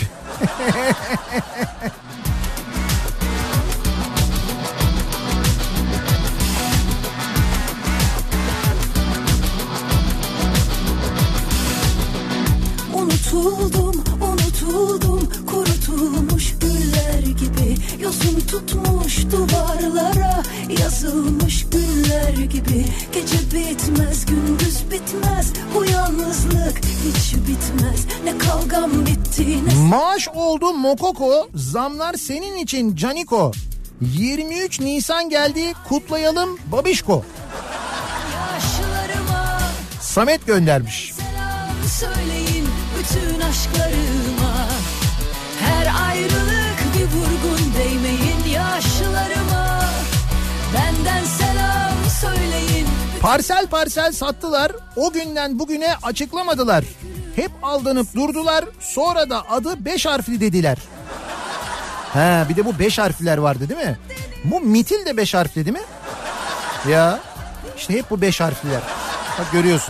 Unutuldum, unutuldum, kurutulmuş güller gibi. Yosun tutmuş duvarlara, yazılmış güller gibi. Gece bitmez, gündüz bitmez, bu yalnızlık hiç bitmez. Ne kavgam bitti ne... Maaş oldu Mokoko, zamlar senin için Caniko. yirmi üç Nisan geldi, kutlayalım babişko. Yaşlarıma Samet göndermiş. selam söyleyin bütün aşklarıma. Her ayrılık bir vurgun değmeyin yaşlarıma. Benden selam söyleyin. Parsel parsel sattılar, o günden bugüne açıklamadılar. Hep aldanıp durdular, sonra da adı beş harfli dediler. Ha, bir de bu beş harfliler vardı değil mi? Bu mitil de beş harfli değil mi? Ya işte hep bu beş harfliler. Bak görüyorsun.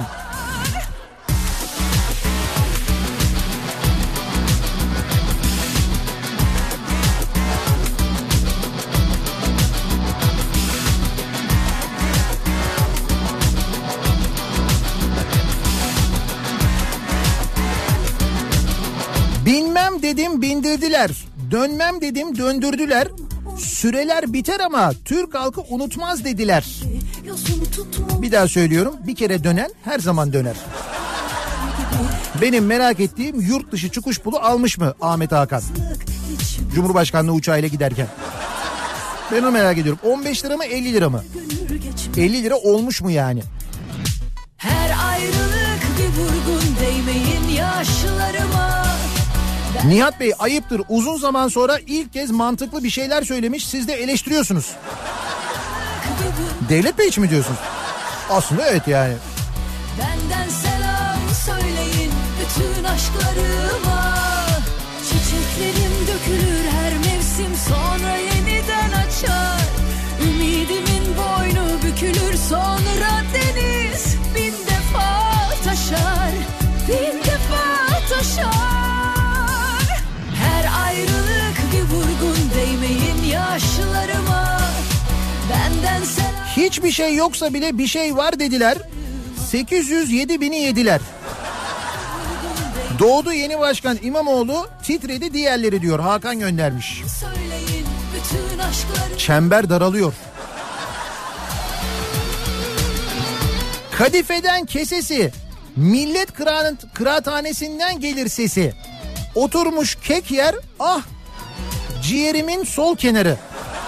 Binmem dedim bindirdiler. Dönmem dedim döndürdüler. Süreler biter ama Türk halkı unutmaz dediler. Bir daha söylüyorum, bir kere dönen her zaman döner. Benim merak ettiğim yurt dışı çıkış pulu almış mı Ahmet Hakan? Cumhurbaşkanlığı uçağıyla giderken. Ben onu merak ediyorum. on beş lira mı elli lira mı? elli lira olmuş mu yani? Her ayrılık bir vurgun değmeyin yaşlarıma. Nihat Bey ayıptır, uzun zaman sonra ilk kez mantıklı bir şeyler söylemiş, siz de eleştiriyorsunuz. Devlet Bey için mi diyorsunuz? Aslında evet yani. Benden selam söyleyin bütün aşklarıma. Çiçeklerim dökülür her mevsim sonra yeniden açar. Ümidimin boynu bükülür sonra deniz bin defa taşar. Bin defa taşar. Her ayrılık bir vurgun değmeyin yaşlarıma. Benden selam. Hiçbir şey yoksa bile bir şey var dediler. sekiz yüz yedi bini yediler. Doğdu yeni başkan İmamoğlu, titredi diğerleri diyor. Hakan göndermiş. Söyleyin bütün aşkları. Çember daralıyor. Kadifeden kesesi, millet kıra, kıraathanesinden gelir sesi. Oturmuş kek yer, ah ciğerimin sol kenarı.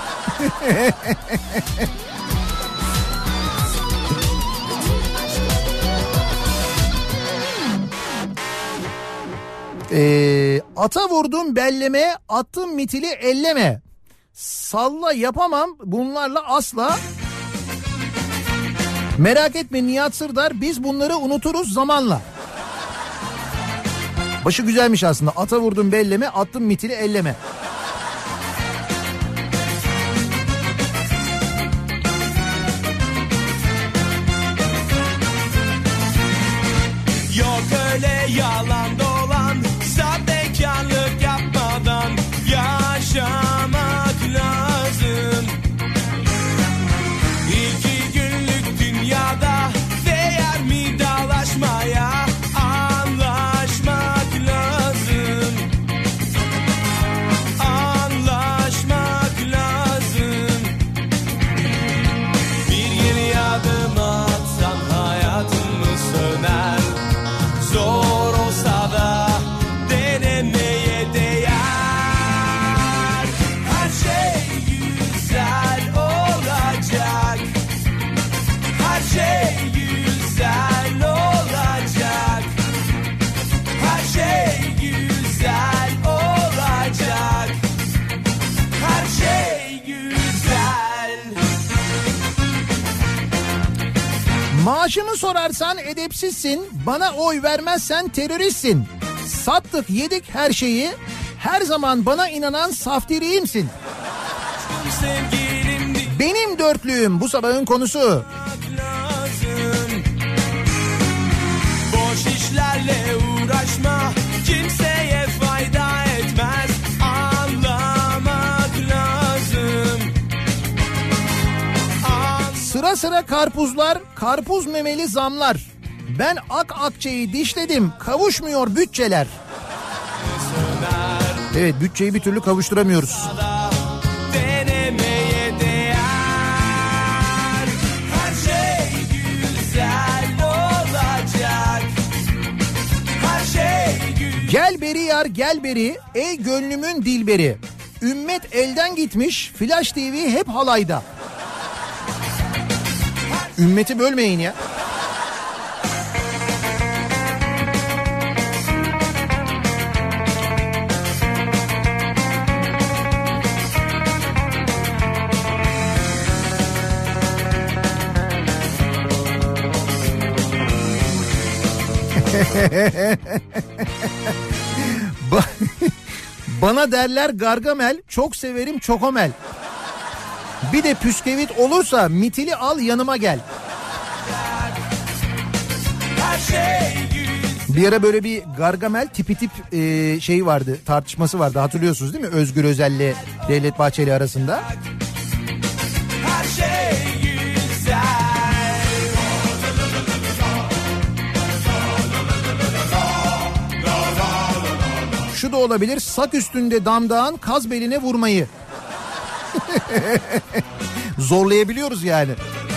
Ee, ata vurdum belleme, attım mitili elleme. Salla yapamam bunlarla asla. Merak etme Nihat Sırdar, biz bunları unuturuz zamanla. Başı güzelmiş aslında. Ata vurdum belleme, attım mitili elleme. Yok öyle yalan dolan, sahtekarlık yapmadan yaşamak lazım. İki günlük dünya Maaşımı sorarsan edepsizsin, bana oy vermezsen teröristsin. Sattık yedik her şeyi, her zaman bana inanan saftiriyimsin. Benim dörtlüğüm bu sabahın konusu. Boş işlerle uğraşma, kimseye fayda etmez. Anlamak lazım. An- Sıra sıra karpuzlar, karpuz memeli zamlar. Ben ak akçeyi dişledim, kavuşmuyor bütçeler. Evet, bütçeyi bir türlü kavuşturamıyoruz. Denemeye değer. Her şey güzel olacak. Her şey güzel. Gel beri yar gel beri, ey gönlümün dilberi. Ümmet elden gitmiş, Flash T V hep halayda. Ümmeti bölmeyin ya. Bana derler Gargamel, çok severim Çokomel. Bir de püskevit olursa mitili al yanıma gel. Bir ara böyle bir Gargamel tipi tip e, şey vardı, tartışması vardı, hatırlıyorsunuz değil mi? Özgür Özel'le Devlet Bahçeli arasında. Her şey güzel. Şu da olabilir, sak üstünde damdağın kaz beline vurmayı. Zorlayabiliyoruz yani.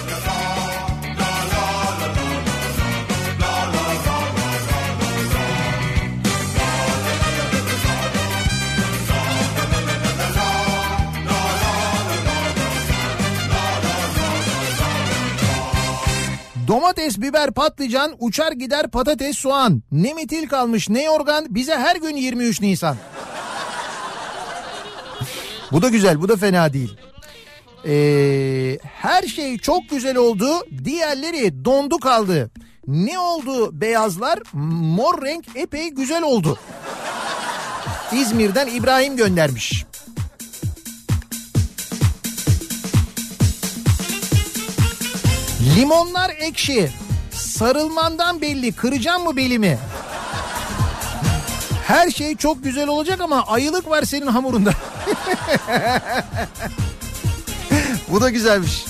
Domates, biber, patlıcan, uçar gider patates, soğan. Ne mitil kalmış ne yorgan, bize her gün yirmi üç Nisan. Bu da güzel, bu da fena değil. Ee, her şey çok güzel oldu, diğerleri dondu kaldı. Ne oldu beyazlar? Mor renk epey güzel oldu. İzmir'den İbrahim göndermiş. Limonlar ekşi, sarılmandan belli, kıracağım mı belimi? Her şey çok güzel olacak ama ayılık var senin hamurunda. Bu da güzelmiş.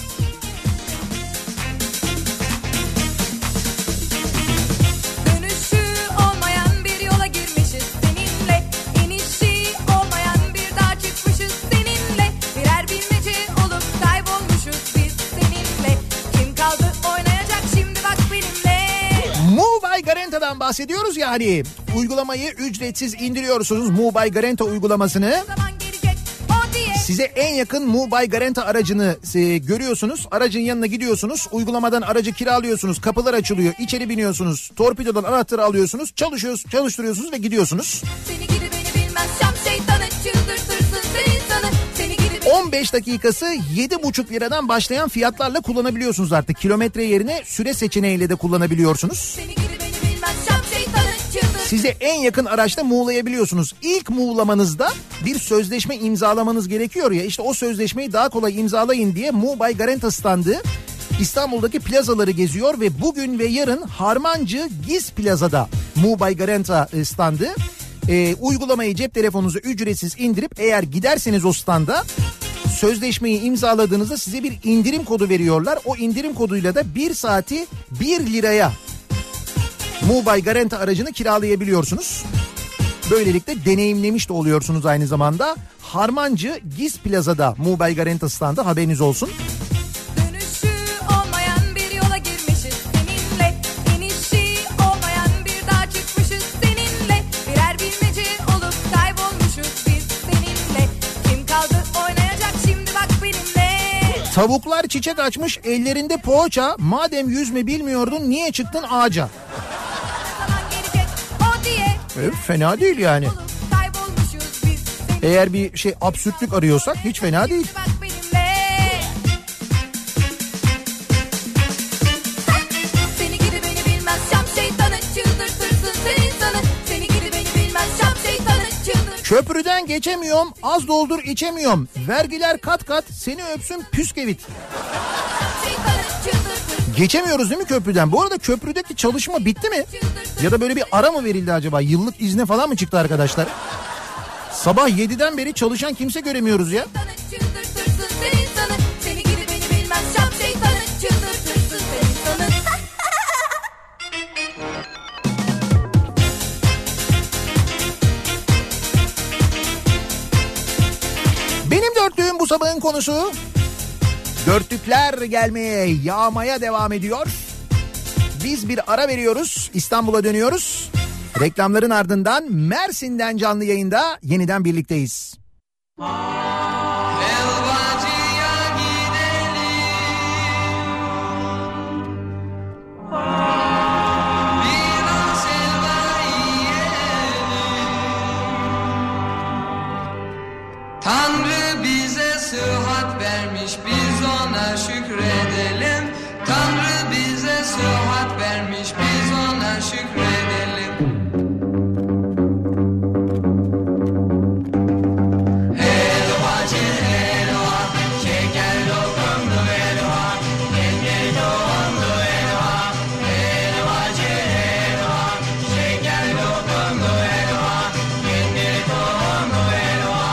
Dönüşü olmayan bir yola girmişiz seninle. İnişi olmayan bir dağa çıkmışız seninle. Birer bilmece olup kaybolmuşuz biz seninle. Kim kaldı oynayacak şimdi bak benimle. Move by Garanta'dan bahsediyoruz ya hani. Uygulamayı ücretsiz indiriyorsunuz, Move by Garanta uygulamasını. Size en yakın Move by Garanta aracını e, görüyorsunuz. Aracın yanına gidiyorsunuz. Uygulamadan aracı kiralıyorsunuz. Kapılar açılıyor. İçeri biniyorsunuz. Torpidodan anahtarı alıyorsunuz. Çalışıyorsunuz, çalıştırıyorsunuz ve gidiyorsunuz. Seni gidi beni bilmez şam şeytanı, çıldırtırsın sen insanı. Seni gidi on beş dakikası yedi buçuk liradan başlayan fiyatlarla kullanabiliyorsunuz artık. Kilometre yerine süre seçeneğiyle de kullanabiliyorsunuz. Seni gidi beni bilmez şam şeytanı, çıldırtırsın. Size en yakın araçta muğlayabiliyorsunuz. İlk muğlamanızda bir sözleşme imzalamanız gerekiyor ya, işte o sözleşmeyi daha kolay imzalayın diye Move by Garanta standı İstanbul'daki plazaları geziyor ve bugün ve yarın Harmancı Giz Plaza'da Move by Garanta standı. E, uygulamayı cep telefonunuza ücretsiz indirip eğer giderseniz o standa sözleşmeyi imzaladığınızda size bir indirim kodu veriyorlar. O indirim koduyla da bir saati bir liraya Move by Garanta aracını kiralayabiliyorsunuz. Böylelikle deneyimlemiş de oluyorsunuz aynı zamanda. Harmancı Giz Plaza'da Move by Garanta standı, haberiniz olsun. Dönüşü olmayan bir yola girmişiz seninle. İnişi olmayan bir dağa çıkmışız seninle. Birer bilmece olup kaybolmuşuz biz seninle. Kim kaldı oynayacak şimdi bak benimle. Tavuklar çiçek açmış ellerinde poğaça. Madem yüzme bilmiyordun niye çıktın ağaca? Evet, fena değil yani. Eğer bir şey absürtlük arıyorsak hiç fena değil. Köprüden geçemiyorum, az doldur içemiyorum. Vergiler kat kat, seni öpsün püskevit. Geçemiyoruz değil mi köprüden? Bu arada köprüdeki çalışma bitti mi? Ya da böyle bir ara mı verildi acaba? Yıllık izne falan mı çıktı arkadaşlar? Sabah yediden beri çalışan kimse göremiyoruz ya. Benim dörtlüğüm bu sabahın konusu. Dörtlükler gelmeye, yağmaya devam ediyor. Biz bir ara veriyoruz. İstanbul'a dönüyoruz. Reklamların ardından Mersin'den canlı yayında yeniden birlikteyiz. Tanrı bize sıhhat vermiş, biz ona şükredelim. Tanrı bize sıhhat vermiş, biz ona şükredelim. Helvacı helva, şeker dokundu helva, yenge dokundu helva. Helvacı helva, şeker dokundu helva, yenge dokundu helva.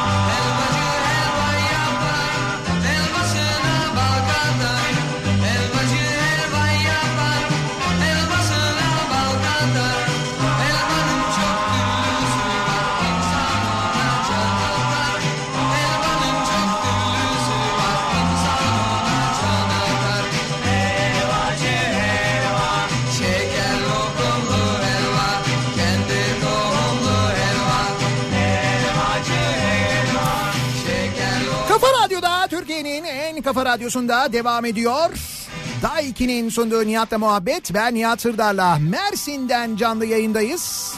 Türkiye'nin en kafa radyosunda devam ediyor. Daiki'nin sunduğu Nihat'la muhabbet. Ben Nihat Sırdar'la Mersin'den canlı yayındayız.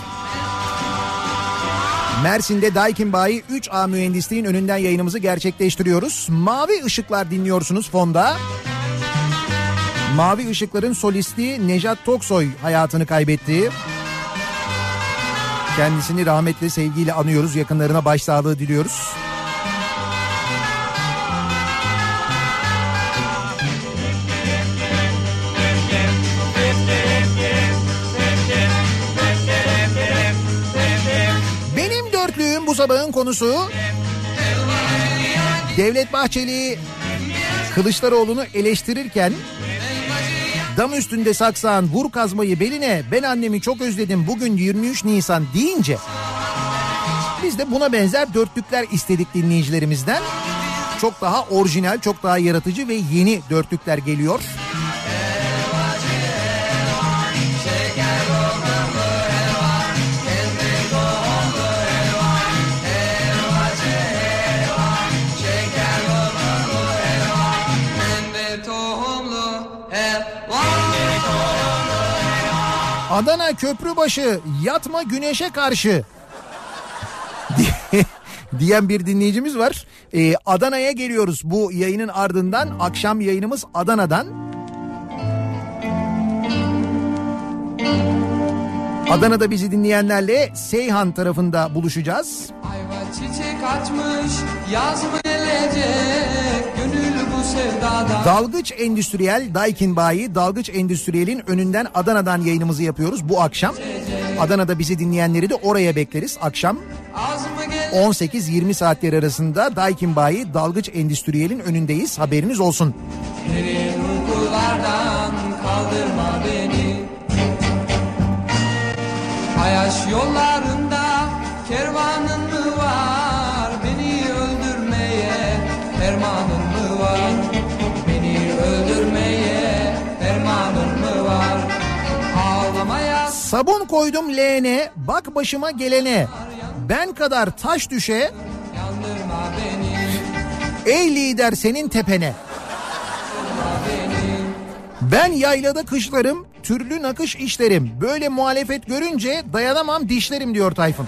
Mersin'de Daikin Bayi üç A Mühendisliğin önünden yayınımızı gerçekleştiriyoruz. Mavi Işıklar dinliyorsunuz fonda. Mavi Işıklar'ın solisti Nejat Toksoy hayatını kaybetti. Kendisini rahmetle, sevgiyle anıyoruz. Yakınlarına başsağlığı diliyoruz. Bu sabahın konusu Devlet Bahçeli Kılıçdaroğlu'nu eleştirirken dam üstünde saksağın vur kazmayı beline, ben annemi çok özledim bugün yirmi üç Nisan deyince biz de buna benzer dörtlükler istedik dinleyicilerimizden. Çok daha orijinal, çok daha yaratıcı ve yeni dörtlükler geliyor. Adana Köprübaşı yatma güneşe karşı diyen bir dinleyicimiz var. Ee, Adana'ya geliyoruz bu yayının ardından. Akşam yayınımız Adana'dan. Adana'da bizi dinleyenlerle Seyhan tarafında buluşacağız. Ayva çiçek açmış, yaz mı gelecek, gönül bu sevdadan. Dalgıç Endüstriyel, Daikin Bayi Dalgıç Endüstriyel'in önünden Adana'dan yayınımızı yapıyoruz bu akşam. Adana'da bizi dinleyenleri de oraya bekleriz akşam. on sekiz yirmi saatler arasında Daikin Bayi Dalgıç Endüstriyel'in önündeyiz, haberiniz olsun. Derin uykulardan kaldırma beni. Ayaş yollarında kervanın mı var? Beni öldürmeye fermanın mı var? Beni öldürmeye fermanın mı var? Ağlamaya sabun koydum leğene, bak başıma gelene. Ben kadar taş düşe, yandırma beni. Ey lider senin tepene. Ben yaylada kışlarım, türlü nakış işlerim. Böyle muhalefet görünce dayanamam dişlerim diyor Tayfun.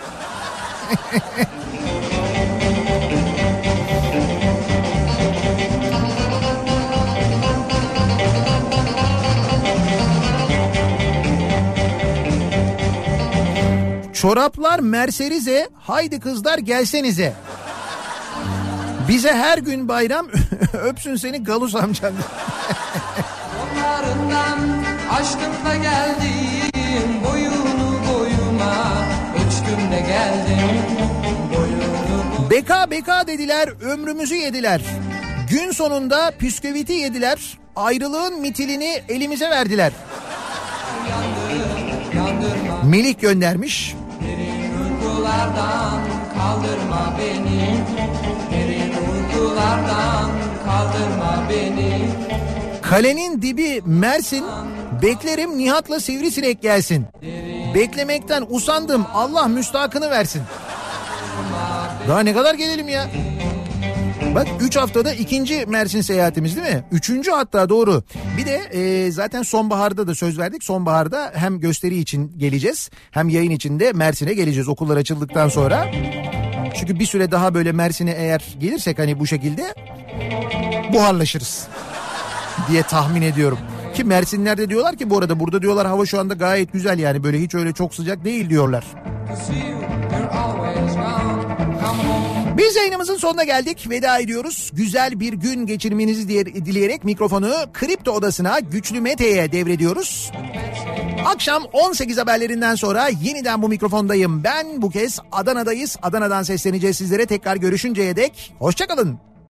Çoraplar Merserize, haydi kızlar gelsenize. Bize her gün bayram, öpsün seni Galus amcan. Onlarından açtım da geldim, boyunu boyuma ölçtüm de geldim. Boyunu... Beka beka dediler, ömrümüzü yediler. Gün sonunda püskeviti yediler. Ayrılığın mitilini elimize verdiler. Melih göndermiş. Derin uykulardan kaldırma beni. Derin uykulardan kaldırma beni. Kalenin dibi Mersin. Beklerim Nihat'la Sivrisinek gelsin. Beklemekten usandım, Allah müstahakını versin. Daha ne kadar gelelim ya? Bak üç haftada ikinci Mersin seyahatimiz değil mi? Üçüncü hatta, doğru. Bir de e, zaten sonbaharda da söz verdik. Sonbaharda hem gösteri için geleceğiz, hem yayın için de Mersin'e geleceğiz okullar açıldıktan sonra. Çünkü bir süre daha böyle Mersin'e eğer gelirsek hani bu şekilde buharlaşırız diye tahmin ediyorum. Ki Mersinler de diyorlar ki bu arada, burada diyorlar hava şu anda gayet güzel, yani böyle hiç öyle çok sıcak değil diyorlar. Biz yayınımızın sonuna geldik. Veda ediyoruz. Güzel bir gün geçirmenizi dileyerek mikrofonu Kripto Odası'na Güçlü Mete'ye devrediyoruz. Akşam on sekiz haberlerinden sonra yeniden bu mikrofondayım. Ben bu kez Adana'dayız. Adana'dan sesleneceğiz sizlere. Tekrar görüşünceye dek hoşça kalın.